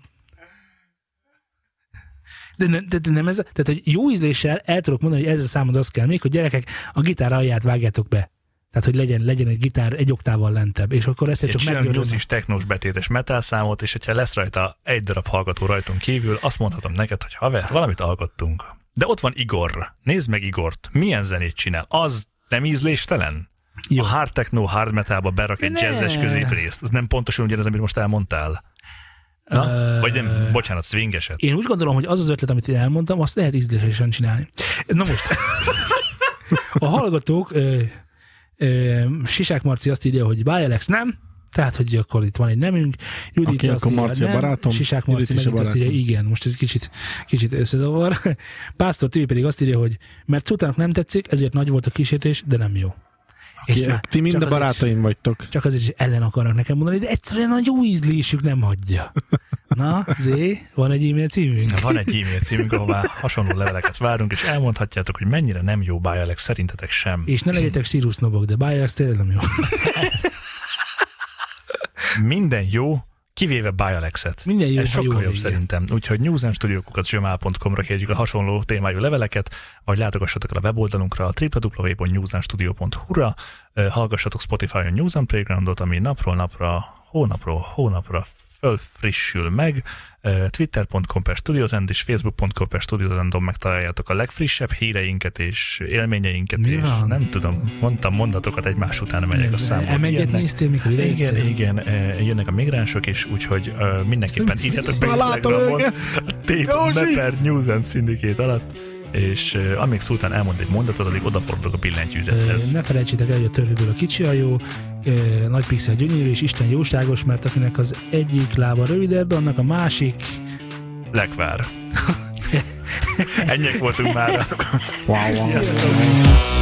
De nem ez, tehát, hogy jó ízléssel el tudok mondani, hogy ez a számod az kell még, hogy gyerekek, a gitár alját vágjátok be. Tehát, hogy legyen egy gitár egy oktával lentebb, és akkor ezt csak megdörülne. Egy nyuszis, technós, betétes metal számot, és hogyha lesz rajta egy darab hallgató rajtunk kívül, azt mondhatom neked, hogy haver, valamit alkottunk. De ott van Igor. Nézd meg Igort. Milyen zenét csinál? Az nem ízléstelen? Jó. A hard techno, hard metalba berak egy jazzes középrészt. Az nem pontosan ugyanaz, amit most elmondtál? Na? Vagy nem, bocsánat, swingeset. Én úgy gondolom, hogy az az ötlet, amit én elmondtam, azt lehet ízlésesen csinálni. Na most, a hallgatók, Sisák Marci azt írja, hogy Bialex nem, tehát, hogy akkor itt van egy nemünk. Judit azt írja, Marci nem. Barátom, Sisák Marci megint azt írja, igen, most ez kicsit összezavar. Pásztor Tűi pedig azt írja, hogy mert Czutának nem tetszik, ezért nagy volt a kísértés, de nem jó. Ti mind a barátaim vagytok. Csak azért is ellen akarnak nekem mondani, de egyszerűen a jó ízlésük nem hagyja. Na, Zé, van egy e-mail címünk? Van egy e-mail címünk, ahová hasonló leveleket várunk, és elmondhatjátok, hogy mennyire nem jó Bialex, szerintetek sem. És ne legyetek szírusznobok, de Bialex tényleg nem jó. Minden jó, kivéve Bialexet. Minden jó, ez sokkal jobb igen. Szerintem. Úgyhogy newsandstudio@gmail.com-ra kérjük a hasonló témájú leveleket, vagy látogassatok el a weboldalunkra, a www.newsandstudio.hu-ra, hallgassatok Spotify-on News and Playgroundot, ami napról napra, hónapra fölfrissül meg, twitter.com/studiozend és facebook.com/studiozendon megtaláljátok a legfrissebb híreinket és élményeinket, és nem tudom, mondtam mondatokat egymás után, megyek a számon. M1-et néztél, mikor Igen, jönnek a migránsok is, úgyhogy mindenképpen írjátok be Telegramon a Tape News and Syndicate alatt, és amíg Szultán elmond egy mondatot, addig odafordulok a billentyűzethez. Ne felejtsétek el, hogy a törvéből a kicsi a jó, nagy pixel gyönyörű, és Isten jóságos, mert akinek az egyik lába rövidebb, annak a másik... Lekvár. Ennyiek voltunk már. Wow.